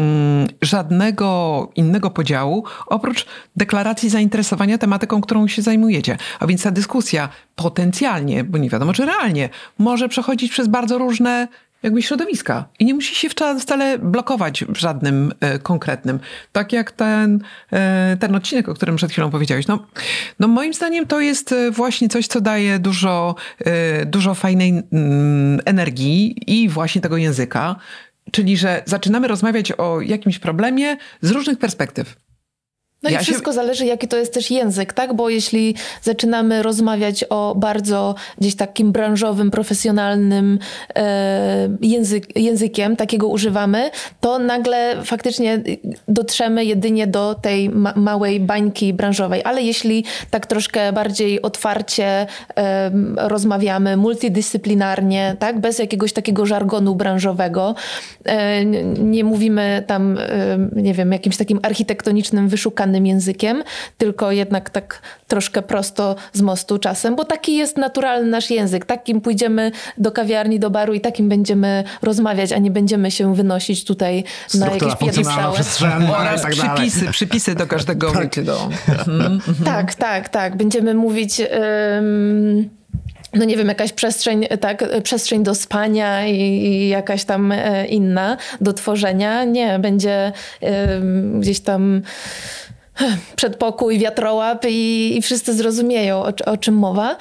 żadnego innego podziału, oprócz deklaracji zainteresowania tematyką, którą się zajmujecie. A więc ta dyskusja potencjalnie, bo nie wiadomo czy realnie, może przechodzić przez bardzo różne środowiska i nie musi się wcale blokować w żadnym konkretnym. Tak jak ten odcinek, o którym przed chwilą powiedziałeś. No moim zdaniem to jest właśnie coś, co daje dużo fajnej energii i właśnie tego języka, czyli że zaczynamy rozmawiać o jakimś problemie z różnych perspektyw. No i wszystko zależy, jaki to jest też język, tak? Bo jeśli zaczynamy rozmawiać o bardzo gdzieś takim branżowym, profesjonalnym językiem, takiego używamy, to nagle faktycznie dotrzemy jedynie do tej małej bańki branżowej. Ale jeśli tak troszkę bardziej otwarcie rozmawiamy, multidyscyplinarnie, tak? Bez jakiegoś takiego żargonu branżowego, nie mówimy tam, nie wiem, jakimś takim architektonicznym, wyszukanym językiem, tylko jednak tak troszkę prosto z mostu czasem, bo taki jest naturalny nasz język. Takim pójdziemy do kawiarni, do baru i takim będziemy rozmawiać, a nie będziemy się wynosić tutaj na jakieś piedestały. Oraz przypisy do każdego do. Tak. Będziemy mówić... no nie wiem, jakaś przestrzeń do spania i jakaś tam inna do tworzenia. Nie, będzie gdzieś tam przedpokój, wiatrołap i wszyscy zrozumieją, o czym mowa.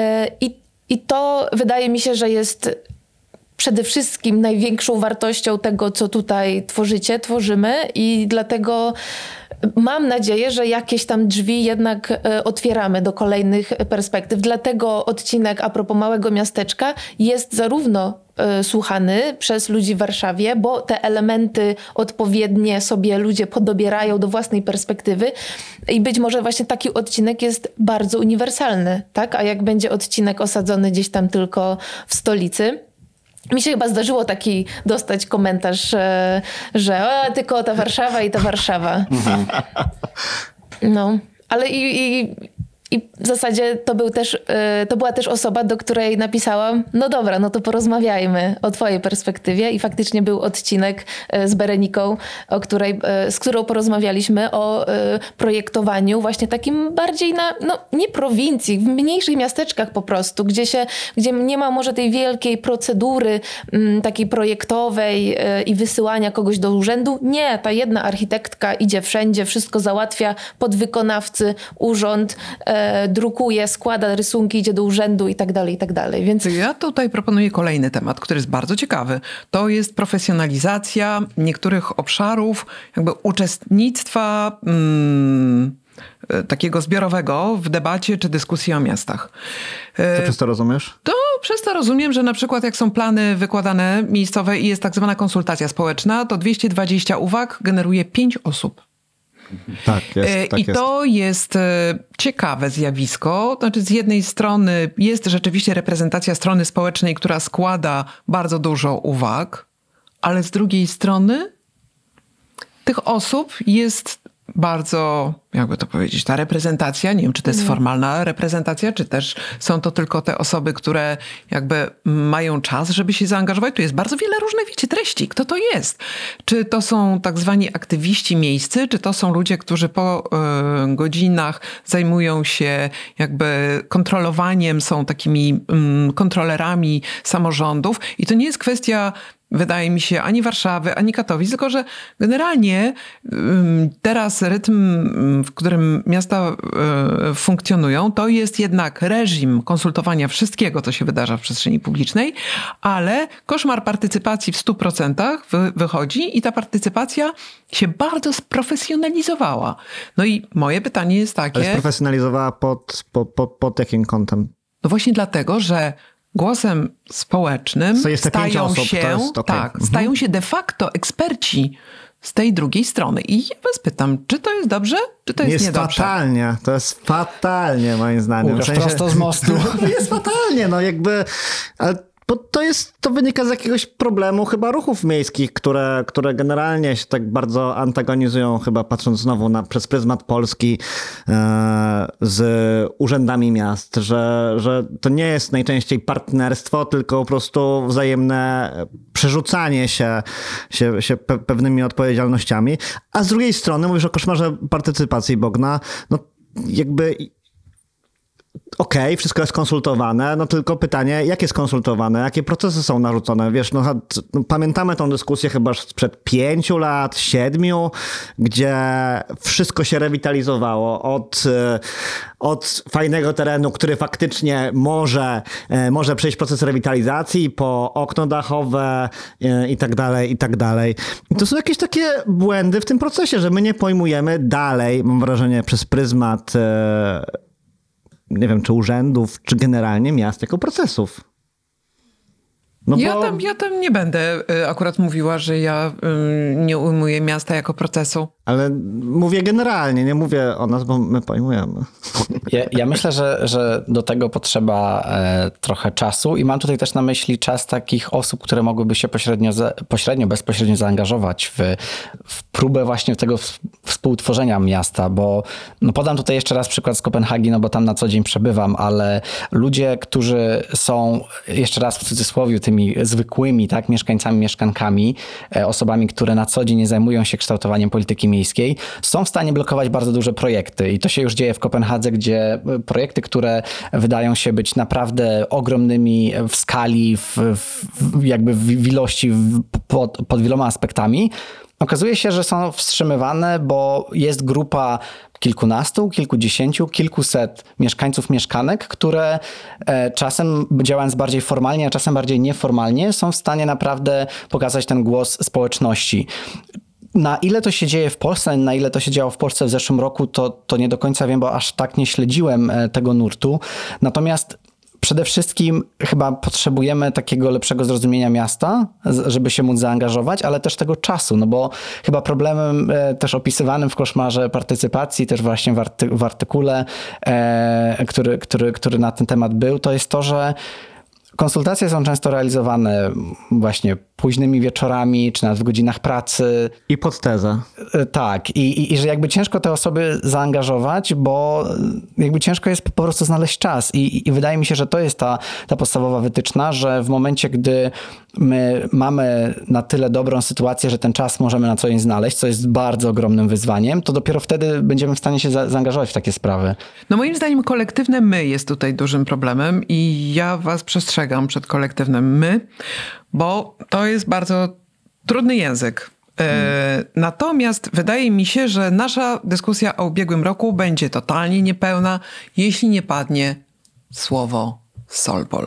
I to wydaje mi się, że jest przede wszystkim największą wartością tego, co tutaj tworzymy i dlatego mam nadzieję, że jakieś tam drzwi jednak otwieramy do kolejnych perspektyw. Dlatego odcinek a propos małego miasteczka jest zarówno słuchany przez ludzi w Warszawie, bo te elementy odpowiednie sobie ludzie podobierają do własnej perspektywy i być może właśnie taki odcinek jest bardzo uniwersalny, tak? A jak będzie odcinek osadzony gdzieś tam tylko w stolicy, mi się chyba zdarzyło taki dostać komentarz, że tylko ta Warszawa i ta Warszawa. No, ale i w zasadzie to była też osoba, do której napisałam, no dobra, no to porozmawiajmy o twojej perspektywie i faktycznie był odcinek z Bereniką, z którą porozmawialiśmy o projektowaniu właśnie takim bardziej nie prowincji, w mniejszych miasteczkach po prostu, gdzie nie ma może tej wielkiej procedury takiej projektowej i wysyłania kogoś do urzędu. Nie, ta jedna architektka idzie wszędzie, wszystko załatwia, podwykonawcy, urząd, drukuje, składa rysunki, idzie do urzędu i tak dalej. Więc ja tutaj proponuję kolejny temat, który jest bardzo ciekawy. To jest profesjonalizacja niektórych obszarów, jakby uczestnictwa takiego zbiorowego w debacie czy dyskusji o miastach. Co przez to rozumiesz? Przez to rozumiem, że na przykład jak są plany wykładane miejscowe i jest tak zwana konsultacja społeczna, to 220 uwag generuje 5 osób. Tak jest. I to jest ciekawe zjawisko. Znaczy z jednej strony jest rzeczywiście reprezentacja strony społecznej, która składa bardzo dużo uwag, ale z drugiej strony tych osób jest bardzo, jakby to powiedzieć, ta reprezentacja, nie wiem, czy to jest formalna reprezentacja, czy też są to tylko te osoby, które jakby mają czas, żeby się zaangażować. Tu jest bardzo wiele różnych, wiecie, treści. Kto to jest? Czy to są tak zwani aktywiści miejscy, czy to są ludzie, którzy po godzinach zajmują się jakby kontrolowaniem, są takimi kontrolerami samorządów. I to nie jest kwestia, wydaje mi się, ani Warszawy, ani Katowic, tylko że generalnie teraz rytm, w którym miasta funkcjonują, to jest jednak reżim konsultowania wszystkiego, co się wydarza w przestrzeni publicznej, ale koszmar partycypacji w 100% wychodzi i ta partycypacja się bardzo sprofesjonalizowała. No i moje pytanie jest takie... Ale sprofesjonalizowała pod jakim kątem? No właśnie dlatego, że głosem społecznym stają się stają się de facto eksperci z tej drugiej strony. I ja was pytam, czy to jest dobrze, czy to jest niedobrze? Fatalnie, to jest fatalnie moim zdaniem. Łukasz, prosto z mostu. Jest fatalnie, no jakby... Ale bo to wynika z jakiegoś problemu chyba ruchów miejskich, które generalnie się tak bardzo antagonizują, chyba patrząc znowu przez pryzmat Polski z urzędami miast, że to nie jest najczęściej partnerstwo, tylko po prostu wzajemne przerzucanie się pewnymi odpowiedzialnościami. A z drugiej strony mówisz o koszmarze partycypacji Bogna, no jakby... Okej, wszystko jest konsultowane, no tylko pytanie, jak jest konsultowane, jakie procesy są narzucone? Wiesz, pamiętamy tą dyskusję chyba sprzed 5 lat, 7, gdzie wszystko się rewitalizowało od fajnego terenu, który faktycznie może przejść proces rewitalizacji, po okno dachowe i tak dalej, i tak dalej. I to są jakieś takie błędy w tym procesie, że my nie pojmujemy dalej, mam wrażenie, przez pryzmat nie wiem, czy urzędów, czy generalnie miast jako procesów. No Ja tam nie będę akurat mówiła, że ja nie ujmuję miasta jako procesu. Ale mówię generalnie, nie mówię o nas, bo my pojmujemy. Ja myślę, że do tego potrzeba trochę czasu i mam tutaj też na myśli czas takich osób, które mogłyby się bezpośrednio zaangażować w próbę właśnie tego współtworzenia miasta, bo no podam tutaj jeszcze raz przykład z Kopenhagi, no bo tam na co dzień przebywam, ale ludzie, którzy są, jeszcze raz w cudzysłowie, tymi zwykłymi, tak, mieszkańcami, mieszkankami, osobami, które na co dzień nie zajmują się kształtowaniem polityki miejskiej, są w stanie blokować bardzo duże projekty i to się już dzieje w Kopenhadze, gdzie projekty, które wydają się być naprawdę ogromnymi w skali, jakby w ilości, pod wieloma aspektami, okazuje się, że są wstrzymywane, bo jest grupa kilkunastu, kilkudziesięciu, kilkuset mieszkańców, mieszkanek, które czasem działając bardziej formalnie, a czasem bardziej nieformalnie są w stanie naprawdę pokazać ten głos społeczności. Na ile to się dzieje w Polsce, na ile to się działo w Polsce w zeszłym roku, to nie do końca wiem, bo aż tak nie śledziłem tego nurtu. Natomiast przede wszystkim chyba potrzebujemy takiego lepszego zrozumienia miasta, żeby się móc zaangażować, ale też tego czasu, no bo chyba problemem też opisywanym w koszmarze partycypacji, też właśnie w artykule, który na ten temat był, to jest to, że konsultacje są często realizowane właśnie późnymi wieczorami, czy nawet w godzinach pracy. I pod tezę. Tak. I że jakby ciężko te osoby zaangażować, bo jakby ciężko jest po prostu znaleźć czas. I wydaje mi się, że to jest ta podstawowa wytyczna, że w momencie, gdy my mamy na tyle dobrą sytuację, że ten czas możemy na co dzień znaleźć, co jest bardzo ogromnym wyzwaniem, to dopiero wtedy będziemy w stanie się zaangażować w takie sprawy. No moim zdaniem kolektywne my jest tutaj dużym problemem i ja was przestrzegam przed kolektywnym my, bo to jest bardzo trudny język. Natomiast wydaje mi się, że nasza dyskusja o ubiegłym roku będzie totalnie niepełna, jeśli nie padnie słowo Solpol.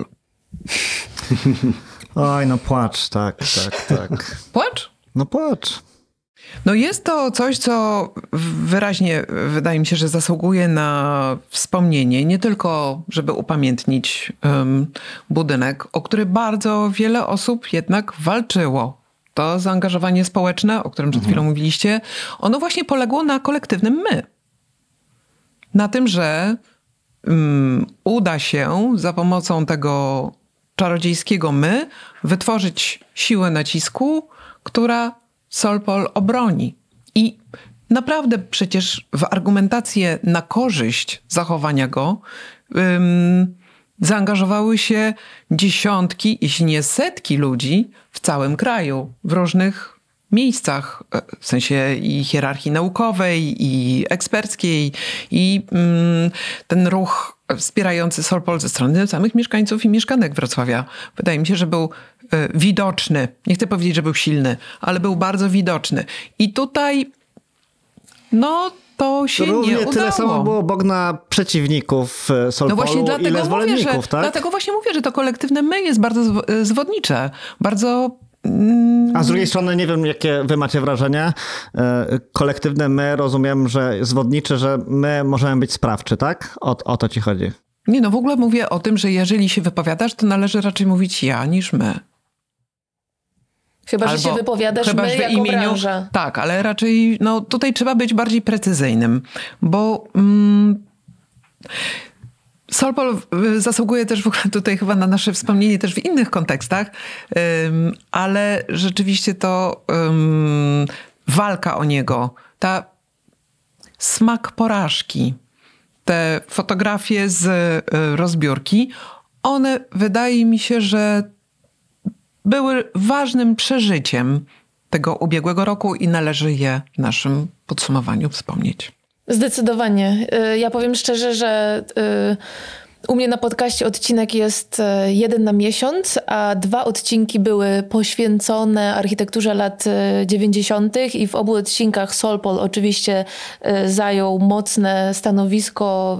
Oj, no płacz, tak. Płacz? No płacz. No jest to coś, co wyraźnie wydaje mi się, że zasługuje na wspomnienie. Nie tylko, żeby upamiętnić budynek, o który bardzo wiele osób jednak walczyło. To zaangażowanie społeczne, o którym przed chwilą mówiliście, ono właśnie poległo na kolektywnym my. Na tym, że uda się za pomocą tego czarodziejskiego my wytworzyć siłę nacisku, która Solpol obroni. I naprawdę przecież w argumentację na korzyść zachowania go zaangażowały się dziesiątki, jeśli nie setki ludzi w całym kraju, w różnych miejscach, w sensie i hierarchii naukowej, i eksperckiej, i ten ruch wspierający Solpol ze strony samych mieszkańców i mieszkanek Wrocławia. Wydaje mi się, że był widoczny. Nie chcę powiedzieć, że był silny, ale był bardzo widoczny. I tutaj to się równie nie udało. Tyle samo było Bogna przeciwników Solpolu, No właśnie ile zwolenników, tak? Dlatego właśnie mówię, że to kolektywne my jest bardzo zwodnicze. Bardzo... A z drugiej strony nie wiem, jakie wy macie wrażenie. Kolektywne my, rozumiem, że zwodnicze, że my możemy być sprawczy, tak? O to ci chodzi. Nie, no w ogóle mówię o tym, że jeżeli się wypowiadasz, to należy raczej mówić ja niż my. Chyba, że się wypowiadasz my w jako branża. Tak, ale raczej no, tutaj trzeba być bardziej precyzyjnym, bo Solpol zasługuje też w ogóle tutaj chyba na nasze wspomnienie też w innych kontekstach, ale rzeczywiście to walka o niego, ta smak porażki, te fotografie z rozbiórki, one wydaje mi się, że były ważnym przeżyciem tego ubiegłego roku i należy je w naszym podsumowaniu wspomnieć. Zdecydowanie. Ja powiem szczerze, że u mnie na podcaście odcinek jest 1 na miesiąc, a 2 odcinki były poświęcone architekturze lat 90. i w obu odcinkach Solpol oczywiście zajął mocne stanowisko,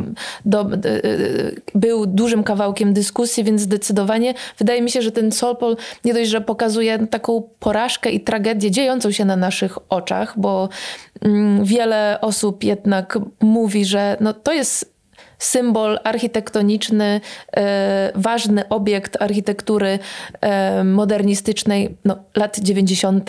był dużym kawałkiem dyskusji, więc zdecydowanie wydaje mi się, że ten Solpol nie dość, że pokazuje taką porażkę i tragedię dziejącą się na naszych oczach, bo wiele osób jednak mówi, że no to jest symbol architektoniczny, ważny obiekt architektury modernistycznej lat 90.,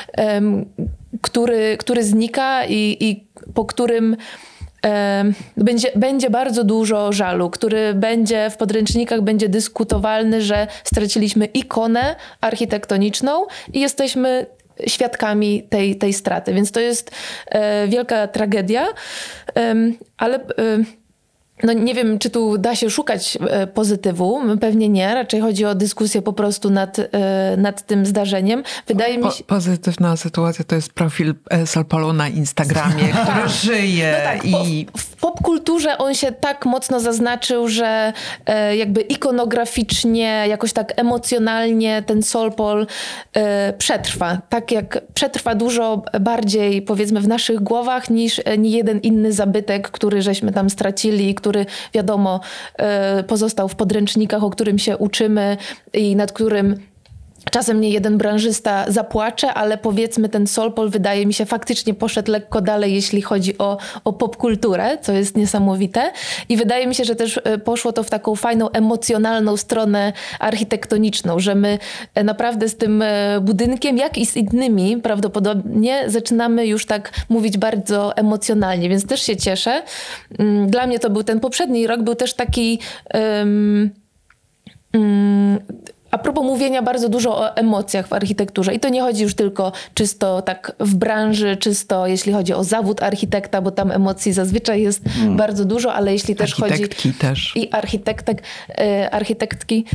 który znika i po którym będzie bardzo dużo żalu, który będzie w podręcznikach będzie dyskutowalny, że straciliśmy ikonę architektoniczną i jesteśmy świadkami tej straty. Więc to jest wielka tragedia, ale no nie wiem, czy tu da się szukać pozytywu. Pewnie nie. Raczej chodzi o dyskusję po prostu nad tym zdarzeniem. Wydaje mi się... Pozytywna sytuacja to jest profil Solpolu na Instagramie, który żyje. No tak, i w popkulturze on się tak mocno zaznaczył, że jakby ikonograficznie, jakoś tak emocjonalnie ten Solpol przetrwa. Tak jak przetrwa dużo bardziej, powiedzmy, w naszych głowach niż niejeden inny zabytek, który żeśmy tam stracili, który wiadomo pozostał w podręcznikach, o którym się uczymy i nad którym czasem nie jeden branżysta zapłacze, ale powiedzmy ten Solpol wydaje mi się faktycznie poszedł lekko dalej, jeśli chodzi o popkulturę, co jest niesamowite. I wydaje mi się, że też poszło to w taką fajną, emocjonalną stronę architektoniczną, że my naprawdę z tym budynkiem, jak i z innymi prawdopodobnie zaczynamy już tak mówić bardzo emocjonalnie, więc też się cieszę. Dla mnie to był ten poprzedni rok, był też taki... A propos mówienia bardzo dużo o emocjach w architekturze i to nie chodzi już tylko czysto tak w branży, czysto jeśli chodzi o zawód architekta, bo tam emocji zazwyczaj jest bardzo dużo, ale jeśli też chodzi... Architektki też. I architektki.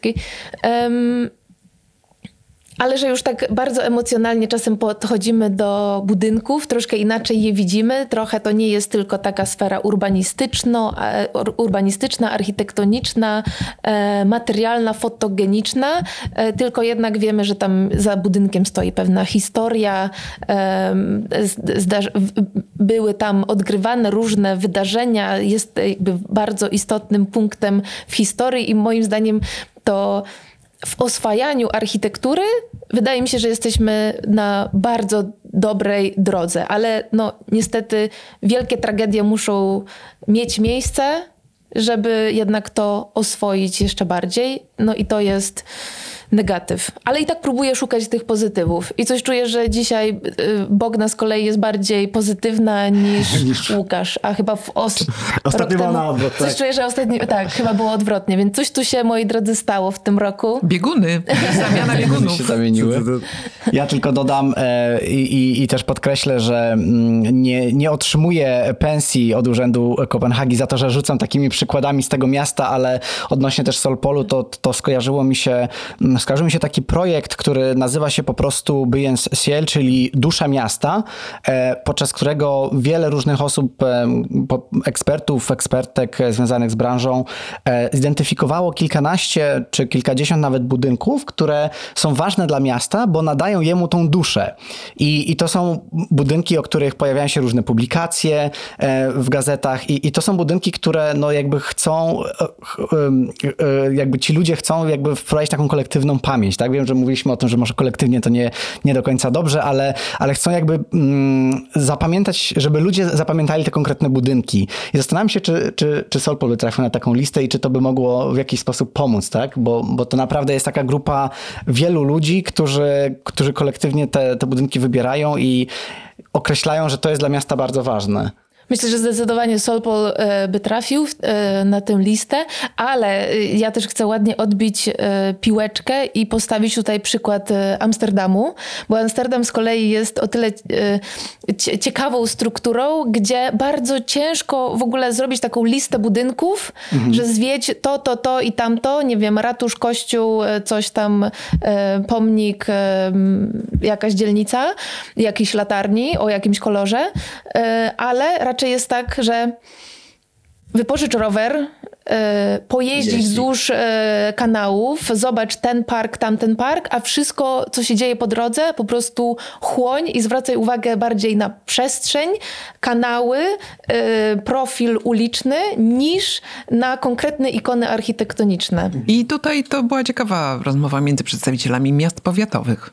Ale że już tak bardzo emocjonalnie czasem podchodzimy do budynków, troszkę inaczej je widzimy. Trochę to nie jest tylko taka sfera urbanistyczna, architektoniczna, materialna, fotogeniczna, tylko jednak wiemy, że tam za budynkiem stoi pewna historia. Były tam odgrywane różne wydarzenia. Jest jakby bardzo istotnym punktem w historii i moim zdaniem to w oswajaniu architektury wydaje mi się, że jesteśmy na bardzo dobrej drodze, ale no niestety wielkie tragedie muszą mieć miejsce, żeby jednak to oswoić jeszcze bardziej. No i to jest negatyw. Ale i tak próbuję szukać tych pozytywów. I coś czuję, że dzisiaj Bogna z kolei jest bardziej pozytywna niż Łukasz. A chyba ostatnio było na odwrót. Coś czuję, że ostatnio... Tak, chyba było odwrotnie. Więc coś tu się, moi drodzy, stało w tym roku. Bieguny. Zamiana biegunów. się zamieniły. Ja tylko dodam i też podkreślę, że nie otrzymuję pensji od Urzędu Kopenhagi za to, że rzucam takimi przykładami z tego miasta, ale odnośnie też Solpolu to skojarzył mi się taki projekt, który nazywa się po prostu Byens Ciel, czyli Dusza Miasta, podczas którego wiele różnych osób, ekspertów, ekspertek związanych z branżą zidentyfikowało kilkanaście czy kilkadziesiąt nawet budynków, które są ważne dla miasta, bo nadają jemu tą duszę. I to są budynki, o których pojawiają się różne publikacje w gazetach i to są budynki, które no jakby chcą, jakby ci ludzie chcą jakby wprowadzić taką kolektywną pamięć, tak? Wiem, że mówiliśmy o tym, że może kolektywnie to nie do końca dobrze, ale chcą jakby zapamiętać, żeby ludzie zapamiętali te konkretne budynki. I zastanawiam się, czy Solpol by trafił na taką listę i czy to by mogło w jakiś sposób pomóc, tak? Bo to naprawdę jest taka grupa wielu ludzi, którzy kolektywnie te budynki wybierają i określają, że to jest dla miasta bardzo ważne. Myślę, że zdecydowanie Solpol by trafił na tę listę, ale ja też chcę ładnie odbić piłeczkę i postawić tutaj przykład Amsterdamu, bo Amsterdam z kolei jest o tyle ciekawą strukturą, gdzie bardzo ciężko w ogóle zrobić taką listę budynków, że zwiedź to i tamto, nie wiem, ratusz, kościół, coś tam, pomnik, jakaś dzielnica, jakiejś latarni o jakimś kolorze, ale raczej jest tak, że wypożycz rower, pojeździ wzdłuż kanałów, zobacz ten park, tamten park, a wszystko, co się dzieje po drodze, po prostu chłoń i zwracaj uwagę bardziej na przestrzeń, kanały, profil uliczny, niż na konkretne ikony architektoniczne. I tutaj to była ciekawa rozmowa między przedstawicielami miast powiatowych.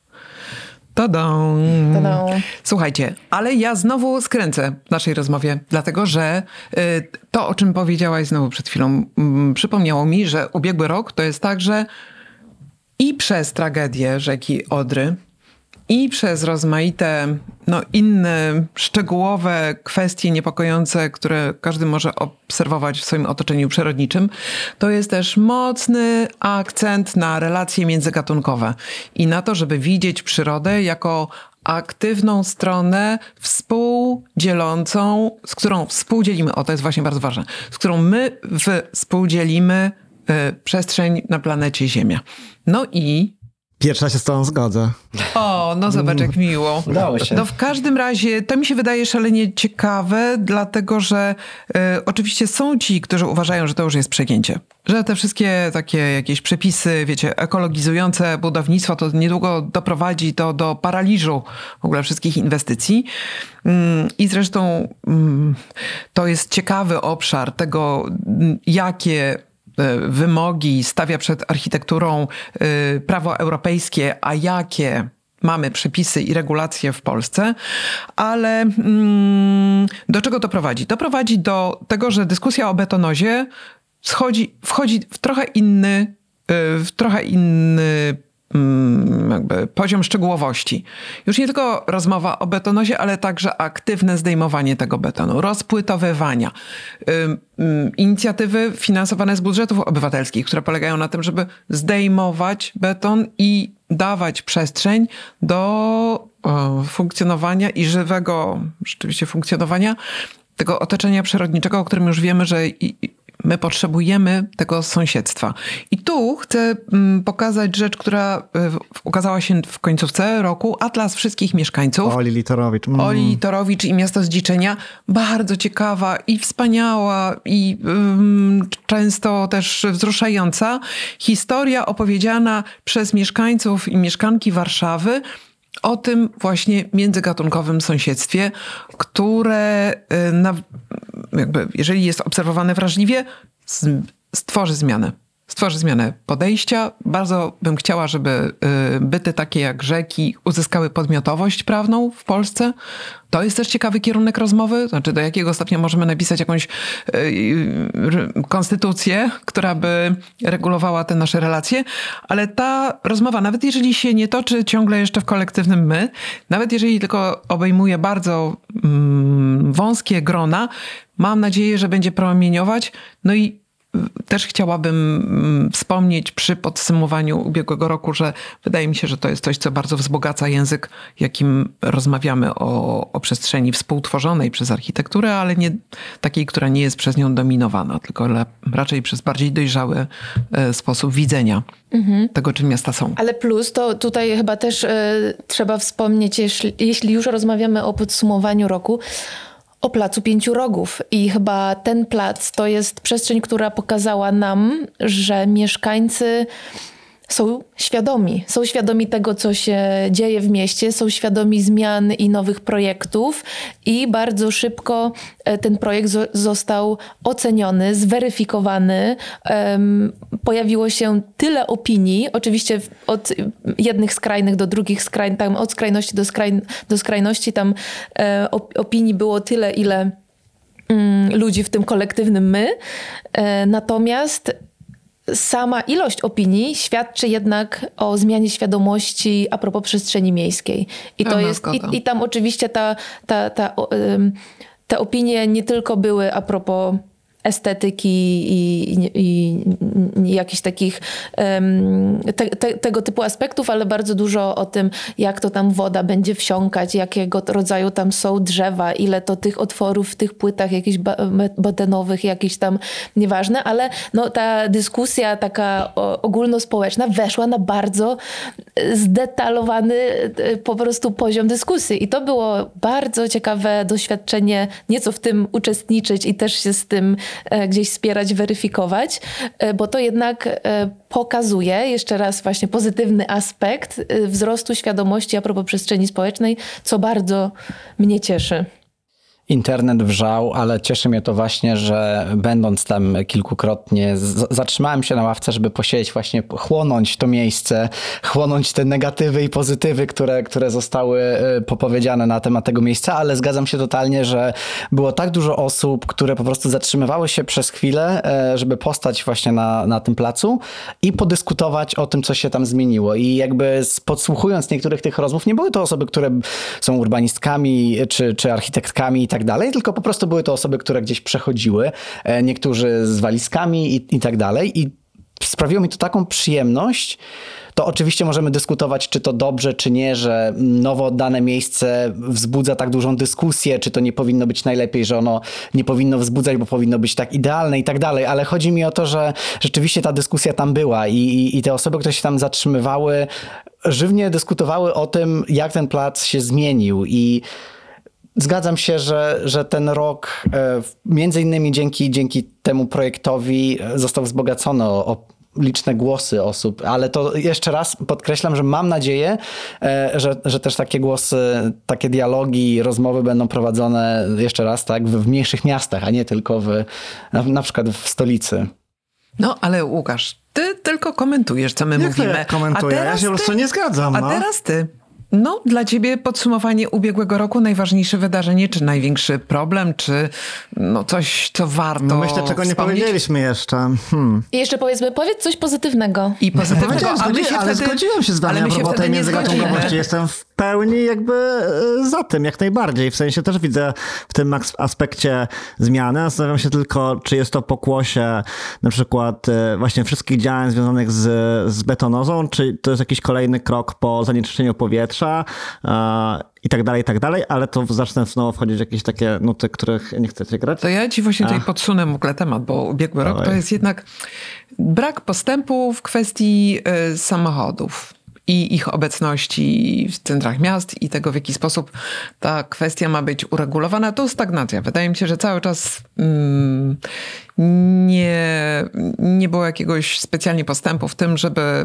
Tada. Słuchajcie, ale ja znowu skręcę w naszej rozmowie, dlatego że to, o czym powiedziałaś znowu przed chwilą, przypomniało mi, że ubiegły rok to jest tak, że i przez tragedię rzeki Odry, i przez rozmaite inne szczegółowe kwestie niepokojące, które każdy może obserwować w swoim otoczeniu przyrodniczym, to jest też mocny akcent na relacje międzygatunkowe i na to, żeby widzieć przyrodę jako aktywną stronę współdzielącą, z którą współdzielimy, to jest właśnie bardzo ważne, z którą my współdzielimy przestrzeń na planecie Ziemia. No i Pierwsza się z tobą zgodzę. Zobacz jak miło. Udało się. W każdym razie to mi się wydaje szalenie ciekawe, dlatego że oczywiście są ci, którzy uważają, że to już jest przegięcie. Że te wszystkie takie jakieś przepisy, wiecie, ekologizujące budownictwo, to niedługo doprowadzi to do paraliżu w ogóle wszystkich inwestycji. I zresztą to jest ciekawy obszar tego, jakie wymogi stawia przed architekturą prawo europejskie, a jakie mamy przepisy i regulacje w Polsce, ale do czego to prowadzi? To prowadzi do tego, że dyskusja o betonozie wchodzi w trochę inny jakby poziom szczegółowości. Już nie tylko rozmowa o betonozie, ale także aktywne zdejmowanie tego betonu, rozpłytowywania. Inicjatywy finansowane z budżetów obywatelskich, które polegają na tym, żeby zdejmować beton i dawać przestrzeń do funkcjonowania i żywego rzeczywiście funkcjonowania tego otoczenia przyrodniczego, o którym już wiemy, że my potrzebujemy tego sąsiedztwa. I tu chcę pokazać rzecz, która ukazała się w końcówce roku. Atlas wszystkich mieszkańców. Oli Litorowicz. Oli Litorowicz i Miasto Zdziczenia. Bardzo ciekawa i wspaniała i często też wzruszająca historia opowiedziana przez mieszkańców i mieszkanki Warszawy o tym właśnie międzygatunkowym sąsiedztwie, które jakby, jeżeli jest obserwowane wrażliwie, stworzy zmianę podejścia. Bardzo bym chciała, żeby byty takie jak rzeki uzyskały podmiotowość prawną w Polsce. To jest też ciekawy kierunek rozmowy. Znaczy, do jakiego stopnia możemy napisać jakąś konstytucję, która by regulowała te nasze relacje. Ale ta rozmowa, nawet jeżeli się nie toczy ciągle jeszcze w kolektywnym my, nawet jeżeli tylko obejmuje bardzo wąskie grona, mam nadzieję, że będzie promieniować. No i też chciałabym wspomnieć przy podsumowaniu ubiegłego roku, że wydaje mi się, że to jest coś, co bardzo wzbogaca język, jakim rozmawiamy o przestrzeni współtworzonej przez architekturę, ale nie takiej, która nie jest przez nią dominowana, tylko raczej przez bardziej dojrzały sposób widzenia tego, czym miasta są. Ale plus, to tutaj chyba też trzeba wspomnieć, jeśli już rozmawiamy o podsumowaniu roku, o Placu Pięciu Rogów. I chyba ten plac to jest przestrzeń, która pokazała nam, że mieszkańcy są świadomi tego, co się dzieje w mieście, są świadomi zmian i nowych projektów i bardzo szybko ten projekt został oceniony, zweryfikowany. Pojawiło się tyle opinii, oczywiście od jednych skrajnych do drugich skrajnych, tam od skrajności do skrajności, tam opinii było tyle, ile ludzi w tym kolektywnym my. Natomiast sama ilość opinii świadczy jednak o zmianie świadomości a propos przestrzeni miejskiej. I to jest, i tam oczywiście te opinie nie tylko były a propos estetyki i jakichś takich tego typu aspektów, ale bardzo dużo o tym, jak to tam woda będzie wsiąkać, jakiego rodzaju tam są drzewa, ile to tych otworów w tych płytach jakichś betenowych, jakichś tam nieważne, ale no, ta dyskusja taka ogólnospołeczna weszła na bardzo zdetalowany po prostu poziom dyskusji i to było bardzo ciekawe doświadczenie, nieco w tym uczestniczyć i też się z tym gdzieś wspierać, weryfikować, bo to jednak pokazuje jeszcze raz właśnie pozytywny aspekt wzrostu świadomości a propos przestrzeni społecznej, co bardzo mnie cieszy. Internet wrzał, ale cieszy mnie to właśnie, że będąc tam kilkukrotnie zatrzymałem się na ławce, żeby posiedzieć właśnie, chłonąć to miejsce, chłonąć te negatywy i pozytywy, które zostały popowiedziane na temat tego miejsca, ale zgadzam się totalnie, że było tak dużo osób, które po prostu zatrzymywały się przez chwilę, żeby postać właśnie na tym placu i podyskutować o tym, co się tam zmieniło. I jakby podsłuchując niektórych tych rozmów, nie były to osoby, które są urbanistkami czy architektkami i tak dalej, tylko po prostu były to osoby, które gdzieś przechodziły, niektórzy z walizkami i tak dalej. I sprawiło mi to taką przyjemność. To oczywiście możemy dyskutować, czy to dobrze, czy nie, że nowo oddane miejsce wzbudza tak dużą dyskusję, czy to nie powinno być najlepiej, że ono nie powinno wzbudzać, bo powinno być tak idealne i tak dalej, ale chodzi mi o to, że rzeczywiście ta dyskusja tam była i te osoby, które się tam zatrzymywały, żywnie dyskutowały o tym, jak ten plac się zmienił i zgadzam się, że ten rok między innymi dzięki temu projektowi został wzbogacony o liczne głosy osób, ale to jeszcze raz podkreślam, że mam nadzieję, że też takie głosy, takie dialogi, rozmowy będą prowadzone jeszcze raz tak w mniejszych miastach, a nie tylko na przykład w stolicy. No, ale Łukasz, ty tylko komentujesz, co my mówimy. Jak komentuję? Ja się po prostu nie zgadzam. A teraz ty. No, dla ciebie podsumowanie ubiegłego roku, najważniejsze wydarzenie, czy największy problem, czy no coś, co warto myślę, czego nie wspomnieć? powiedzieliśmy jeszcze. I jeszcze powiedz coś pozytywnego. I pozytywnego, Ale zgodziłem się z wami a propos tej międzygatunkowości. Jestem w pełni jakby za tym, jak najbardziej. W sensie też widzę w tym aspekcie zmiany. Zastanawiam się tylko, czy jest to pokłosie na przykład właśnie wszystkich działań związanych z betonozą, czy to jest jakiś kolejny krok po zanieczyszczeniu powietrza i tak dalej, ale to zacznę znowu wchodzić w jakieś takie nuty, których nie chcecie grać. To ja ci właśnie tutaj podsunę w ogóle temat, bo ubiegły rok to jest jednak brak postępu w kwestii samochodów i ich obecności w centrach miast i tego, w jaki sposób ta kwestia ma być uregulowana. To stagnacja. Wydaje mi się, że cały czas nie było jakiegoś specjalnie postępu w tym, żeby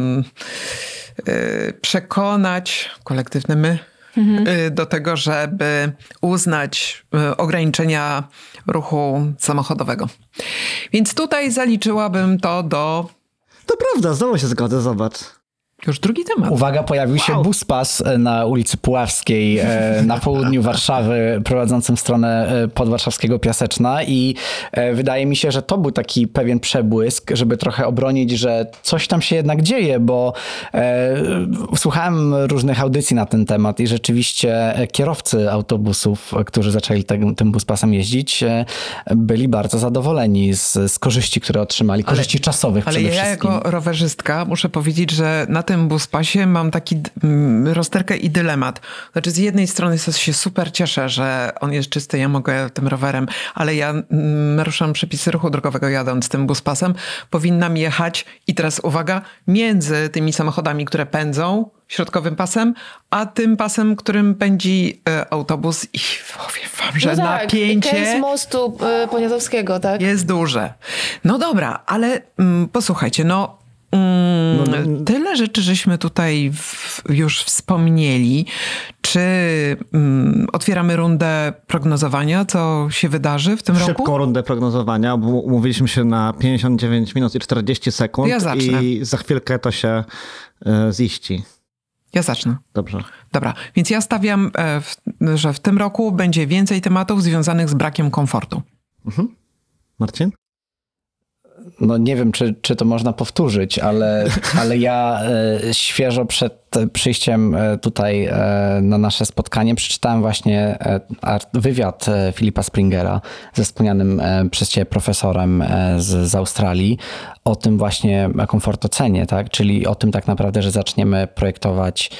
przekonać kolektywne my do tego, żeby uznać ograniczenia ruchu samochodowego. Więc tutaj zaliczyłabym to do... To prawda, znowu się zgodzę, zobacz. Już drugi temat. Uwaga, pojawił się buspas na ulicy Puławskiej na południu Warszawy, prowadzącym w stronę podwarszawskiego Piaseczna i wydaje mi się, że to był taki pewien przebłysk, żeby trochę obronić, że coś tam się jednak dzieje, bo słuchałem różnych audycji na ten temat i rzeczywiście kierowcy autobusów, którzy zaczęli tym buspasem jeździć, byli bardzo zadowoleni z korzyści, które otrzymali, korzyści czasowych przede wszystkim. Ale ja jako rowerzystka muszę powiedzieć, że na tym buspasie mam taki rozterkę i dylemat. Znaczy z jednej strony się super cieszę, że on jest czysty, ja mogę tym rowerem, ale ja naruszam przepisy ruchu drogowego jadąc tym buspasem. Powinnam jechać i teraz uwaga, między tymi samochodami, które pędzą środkowym pasem, a tym pasem, którym pędzi autobus i powiem wam, że napięcie... Case mostu Poniatowskiego, tak? Jest duże. No dobra, ale posłuchajcie, no Tyle rzeczy żeśmy tutaj już wspomnieli. Czy otwieramy rundę prognozowania, co się wydarzy w tym roku? Szybką rundę prognozowania, bo umówiliśmy się na 59 minut i 40 sekund Ja zacznę. i za chwilkę to się ziści. Ja zacznę. Dobrze. Dobra, więc ja stawiam, że w tym roku będzie więcej tematów związanych z brakiem komfortu. Marcin? No nie wiem, czy to można powtórzyć, ale ja świeżo przed przyjściem tutaj na nasze spotkanie przeczytałem właśnie wywiad Philippa Springera ze wspomnianym przez ciebie profesorem z Australii o tym właśnie komfortocenie, tak? Czyli o tym tak naprawdę, że zaczniemy projektować,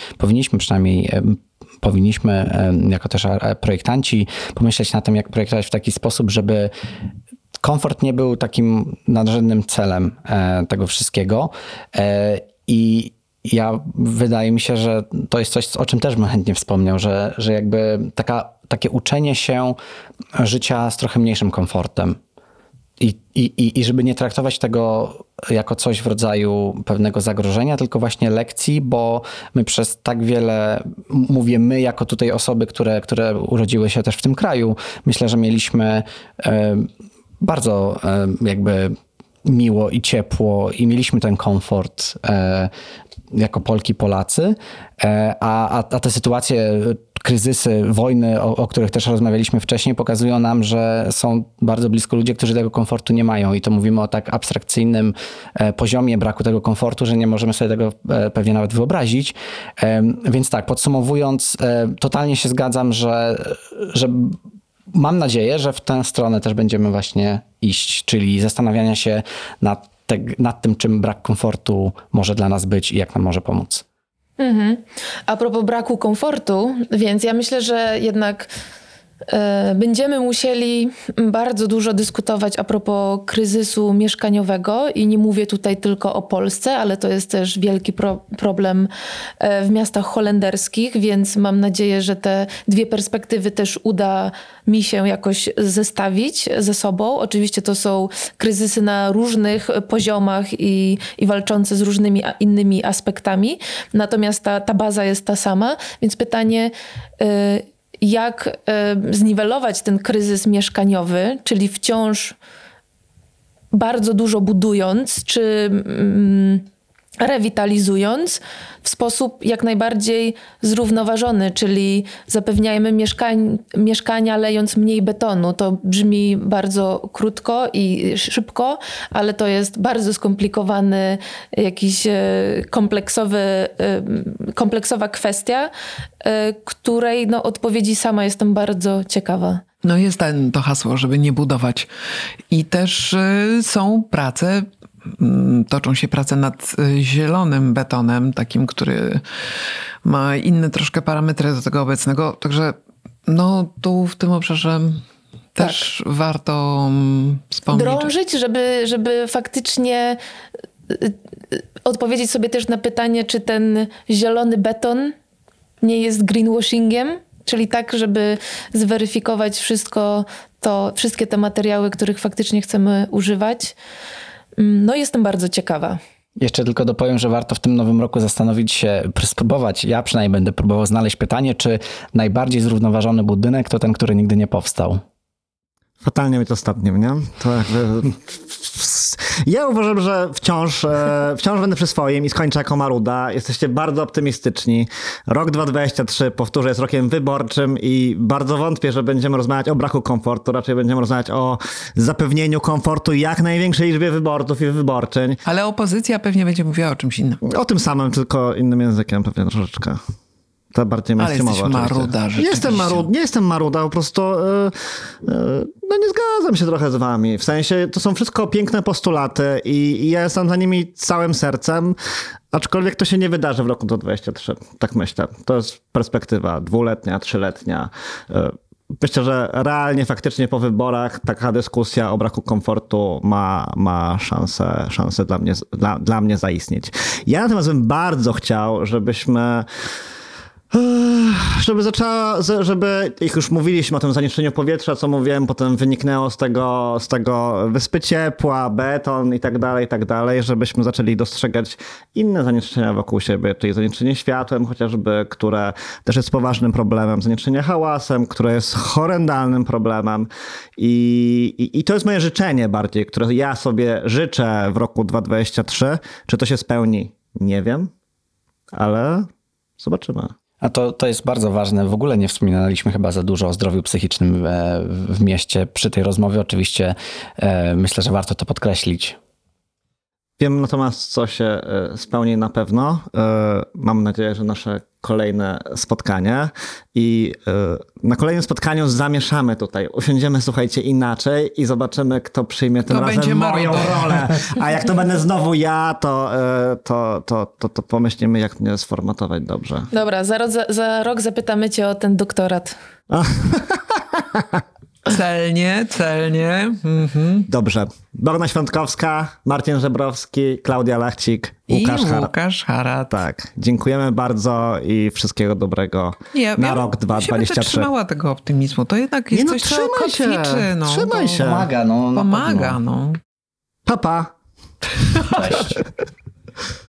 powinniśmy jako też projektanci pomyśleć na tym, jak projektować w taki sposób, żeby komfort nie był takim nadrzędnym celem tego wszystkiego i wydaje mi się, że to jest coś, o czym też bym chętnie wspomniał, że jakby takie uczenie się życia z trochę mniejszym komfortem i żeby nie traktować tego jako coś w rodzaju pewnego zagrożenia, tylko właśnie lekcji, bo my przez tak wiele, mówię my jako tutaj osoby, które urodziły się też w tym kraju, myślę, że mieliśmy bardzo jakby miło i ciepło i mieliśmy ten komfort jako Polki, Polacy, a te sytuacje, kryzysy, wojny, o których też rozmawialiśmy wcześniej, pokazują nam, że są bardzo blisko ludzie, którzy tego komfortu nie mają i to mówimy o tak abstrakcyjnym poziomie braku tego komfortu, że nie możemy sobie tego pewnie nawet wyobrazić. Więc tak, podsumowując, totalnie się zgadzam, że mam nadzieję, że w tę stronę też będziemy właśnie iść, czyli zastanawiania się nad tym, czym brak komfortu może dla nas być i jak nam może pomóc. A propos braku komfortu, więc ja myślę, że jednak będziemy musieli bardzo dużo dyskutować a propos kryzysu mieszkaniowego i nie mówię tutaj tylko o Polsce, ale to jest też wielki problem w miastach holenderskich, więc mam nadzieję, że te dwie perspektywy też uda mi się jakoś zestawić ze sobą. Oczywiście to są kryzysy na różnych poziomach i walczące z różnymi innymi aspektami, natomiast ta baza jest ta sama, więc pytanie, jak zniwelować ten kryzys mieszkaniowy, czyli wciąż bardzo dużo budując, czy rewitalizując w sposób jak najbardziej zrównoważony, czyli zapewniajmy mieszkania lejąc mniej betonu. To brzmi bardzo krótko i szybko, ale to jest bardzo skomplikowany, jakiś kompleksowa kwestia, której odpowiedzi sama jestem bardzo ciekawa. No jest to hasło, żeby nie budować. I też są prace, toczą się prace nad zielonym betonem, takim, który ma inne troszkę parametry do tego obecnego. Także tu w tym obszarze też warto wspomnieć. Drążyć, żeby faktycznie odpowiedzieć sobie też na pytanie, czy ten zielony beton nie jest greenwashingiem, czyli tak, żeby zweryfikować wszystkie te materiały, których faktycznie chcemy używać. Jestem bardzo ciekawa. Jeszcze tylko dopowiem, że warto w tym nowym roku zastanowić się, spróbować, ja przynajmniej będę próbował znaleźć pytanie, czy najbardziej zrównoważony budynek to ten, który nigdy nie powstał. Fatalnie być ostatnim, nie? To jakby... Ja uważam, że wciąż będę przy swoim i skończę jako Maruda. Jesteście bardzo optymistyczni. Rok 2023, powtórzę, jest rokiem wyborczym i bardzo wątpię, że będziemy rozmawiać o braku komfortu. Raczej będziemy rozmawiać o zapewnieniu komfortu jak największej liczbie wyborców i wyborczyń. Ale opozycja pewnie będzie mówiła o czymś innym. O tym samym, tylko innym językiem pewnie troszeczkę. To bardziej mainstreamowe. Ale jesteś Maruda, rzeczywiście. Nie jestem Maruda, po prostu nie zgadzam się trochę z wami. W sensie, to są wszystko piękne postulaty i ja jestem za nimi całym sercem, aczkolwiek to się nie wydarzy w roku 2023, tak myślę. To jest perspektywa 2-letnia, 3-letnia. Myślę, że realnie, faktycznie po wyborach taka dyskusja o braku komfortu ma szansę dla mnie zaistnieć. Ja natomiast bym bardzo chciał, żebyśmy Żeby, jak już mówiliśmy o tym zanieczyszczeniu powietrza, co mówiłem, potem wyniknęło z tego wyspy ciepła, beton i tak dalej, żebyśmy zaczęli dostrzegać inne zanieczyszczenia wokół siebie, czyli zanieczyszczenie światłem chociażby, które też jest poważnym problemem, zanieczyszczenie hałasem, które jest horrendalnym problemem i to jest moje życzenie bardziej, które ja sobie życzę w roku 2023. Czy to się spełni? Nie wiem, ale zobaczymy. A to jest bardzo ważne. W ogóle nie wspominaliśmy chyba za dużo o zdrowiu psychicznym w mieście. Przy tej rozmowie oczywiście myślę, że warto to podkreślić. Wiem natomiast, co się spełni na pewno. Mam nadzieję, że nasze kolejne spotkanie i na kolejnym spotkaniu zamieszamy tutaj. Usiądziemy, słuchajcie, inaczej i zobaczymy, kto przyjmie tym Kto razem będzie moją marudą. rolę. A jak to będę znowu ja, to pomyślimy, jak mnie sformatować dobrze. Dobra, za rok zapytamy cię o ten doktorat. Celnie. Mhm. Dobrze. Borna Świątkowska, Marcin Żebrowski, Klaudia Lachcik, Łukasz Hara. Łukasz Harat. Tak. Dziękujemy bardzo i wszystkiego dobrego na rok Ja się będę 2023. trzymała tego optymizmu. To jednak jest coś, co kotwiczy. No, Trzymaj to się. Pomaga, no. na Pomaga, pewno. no. Pa, pa. Cześć.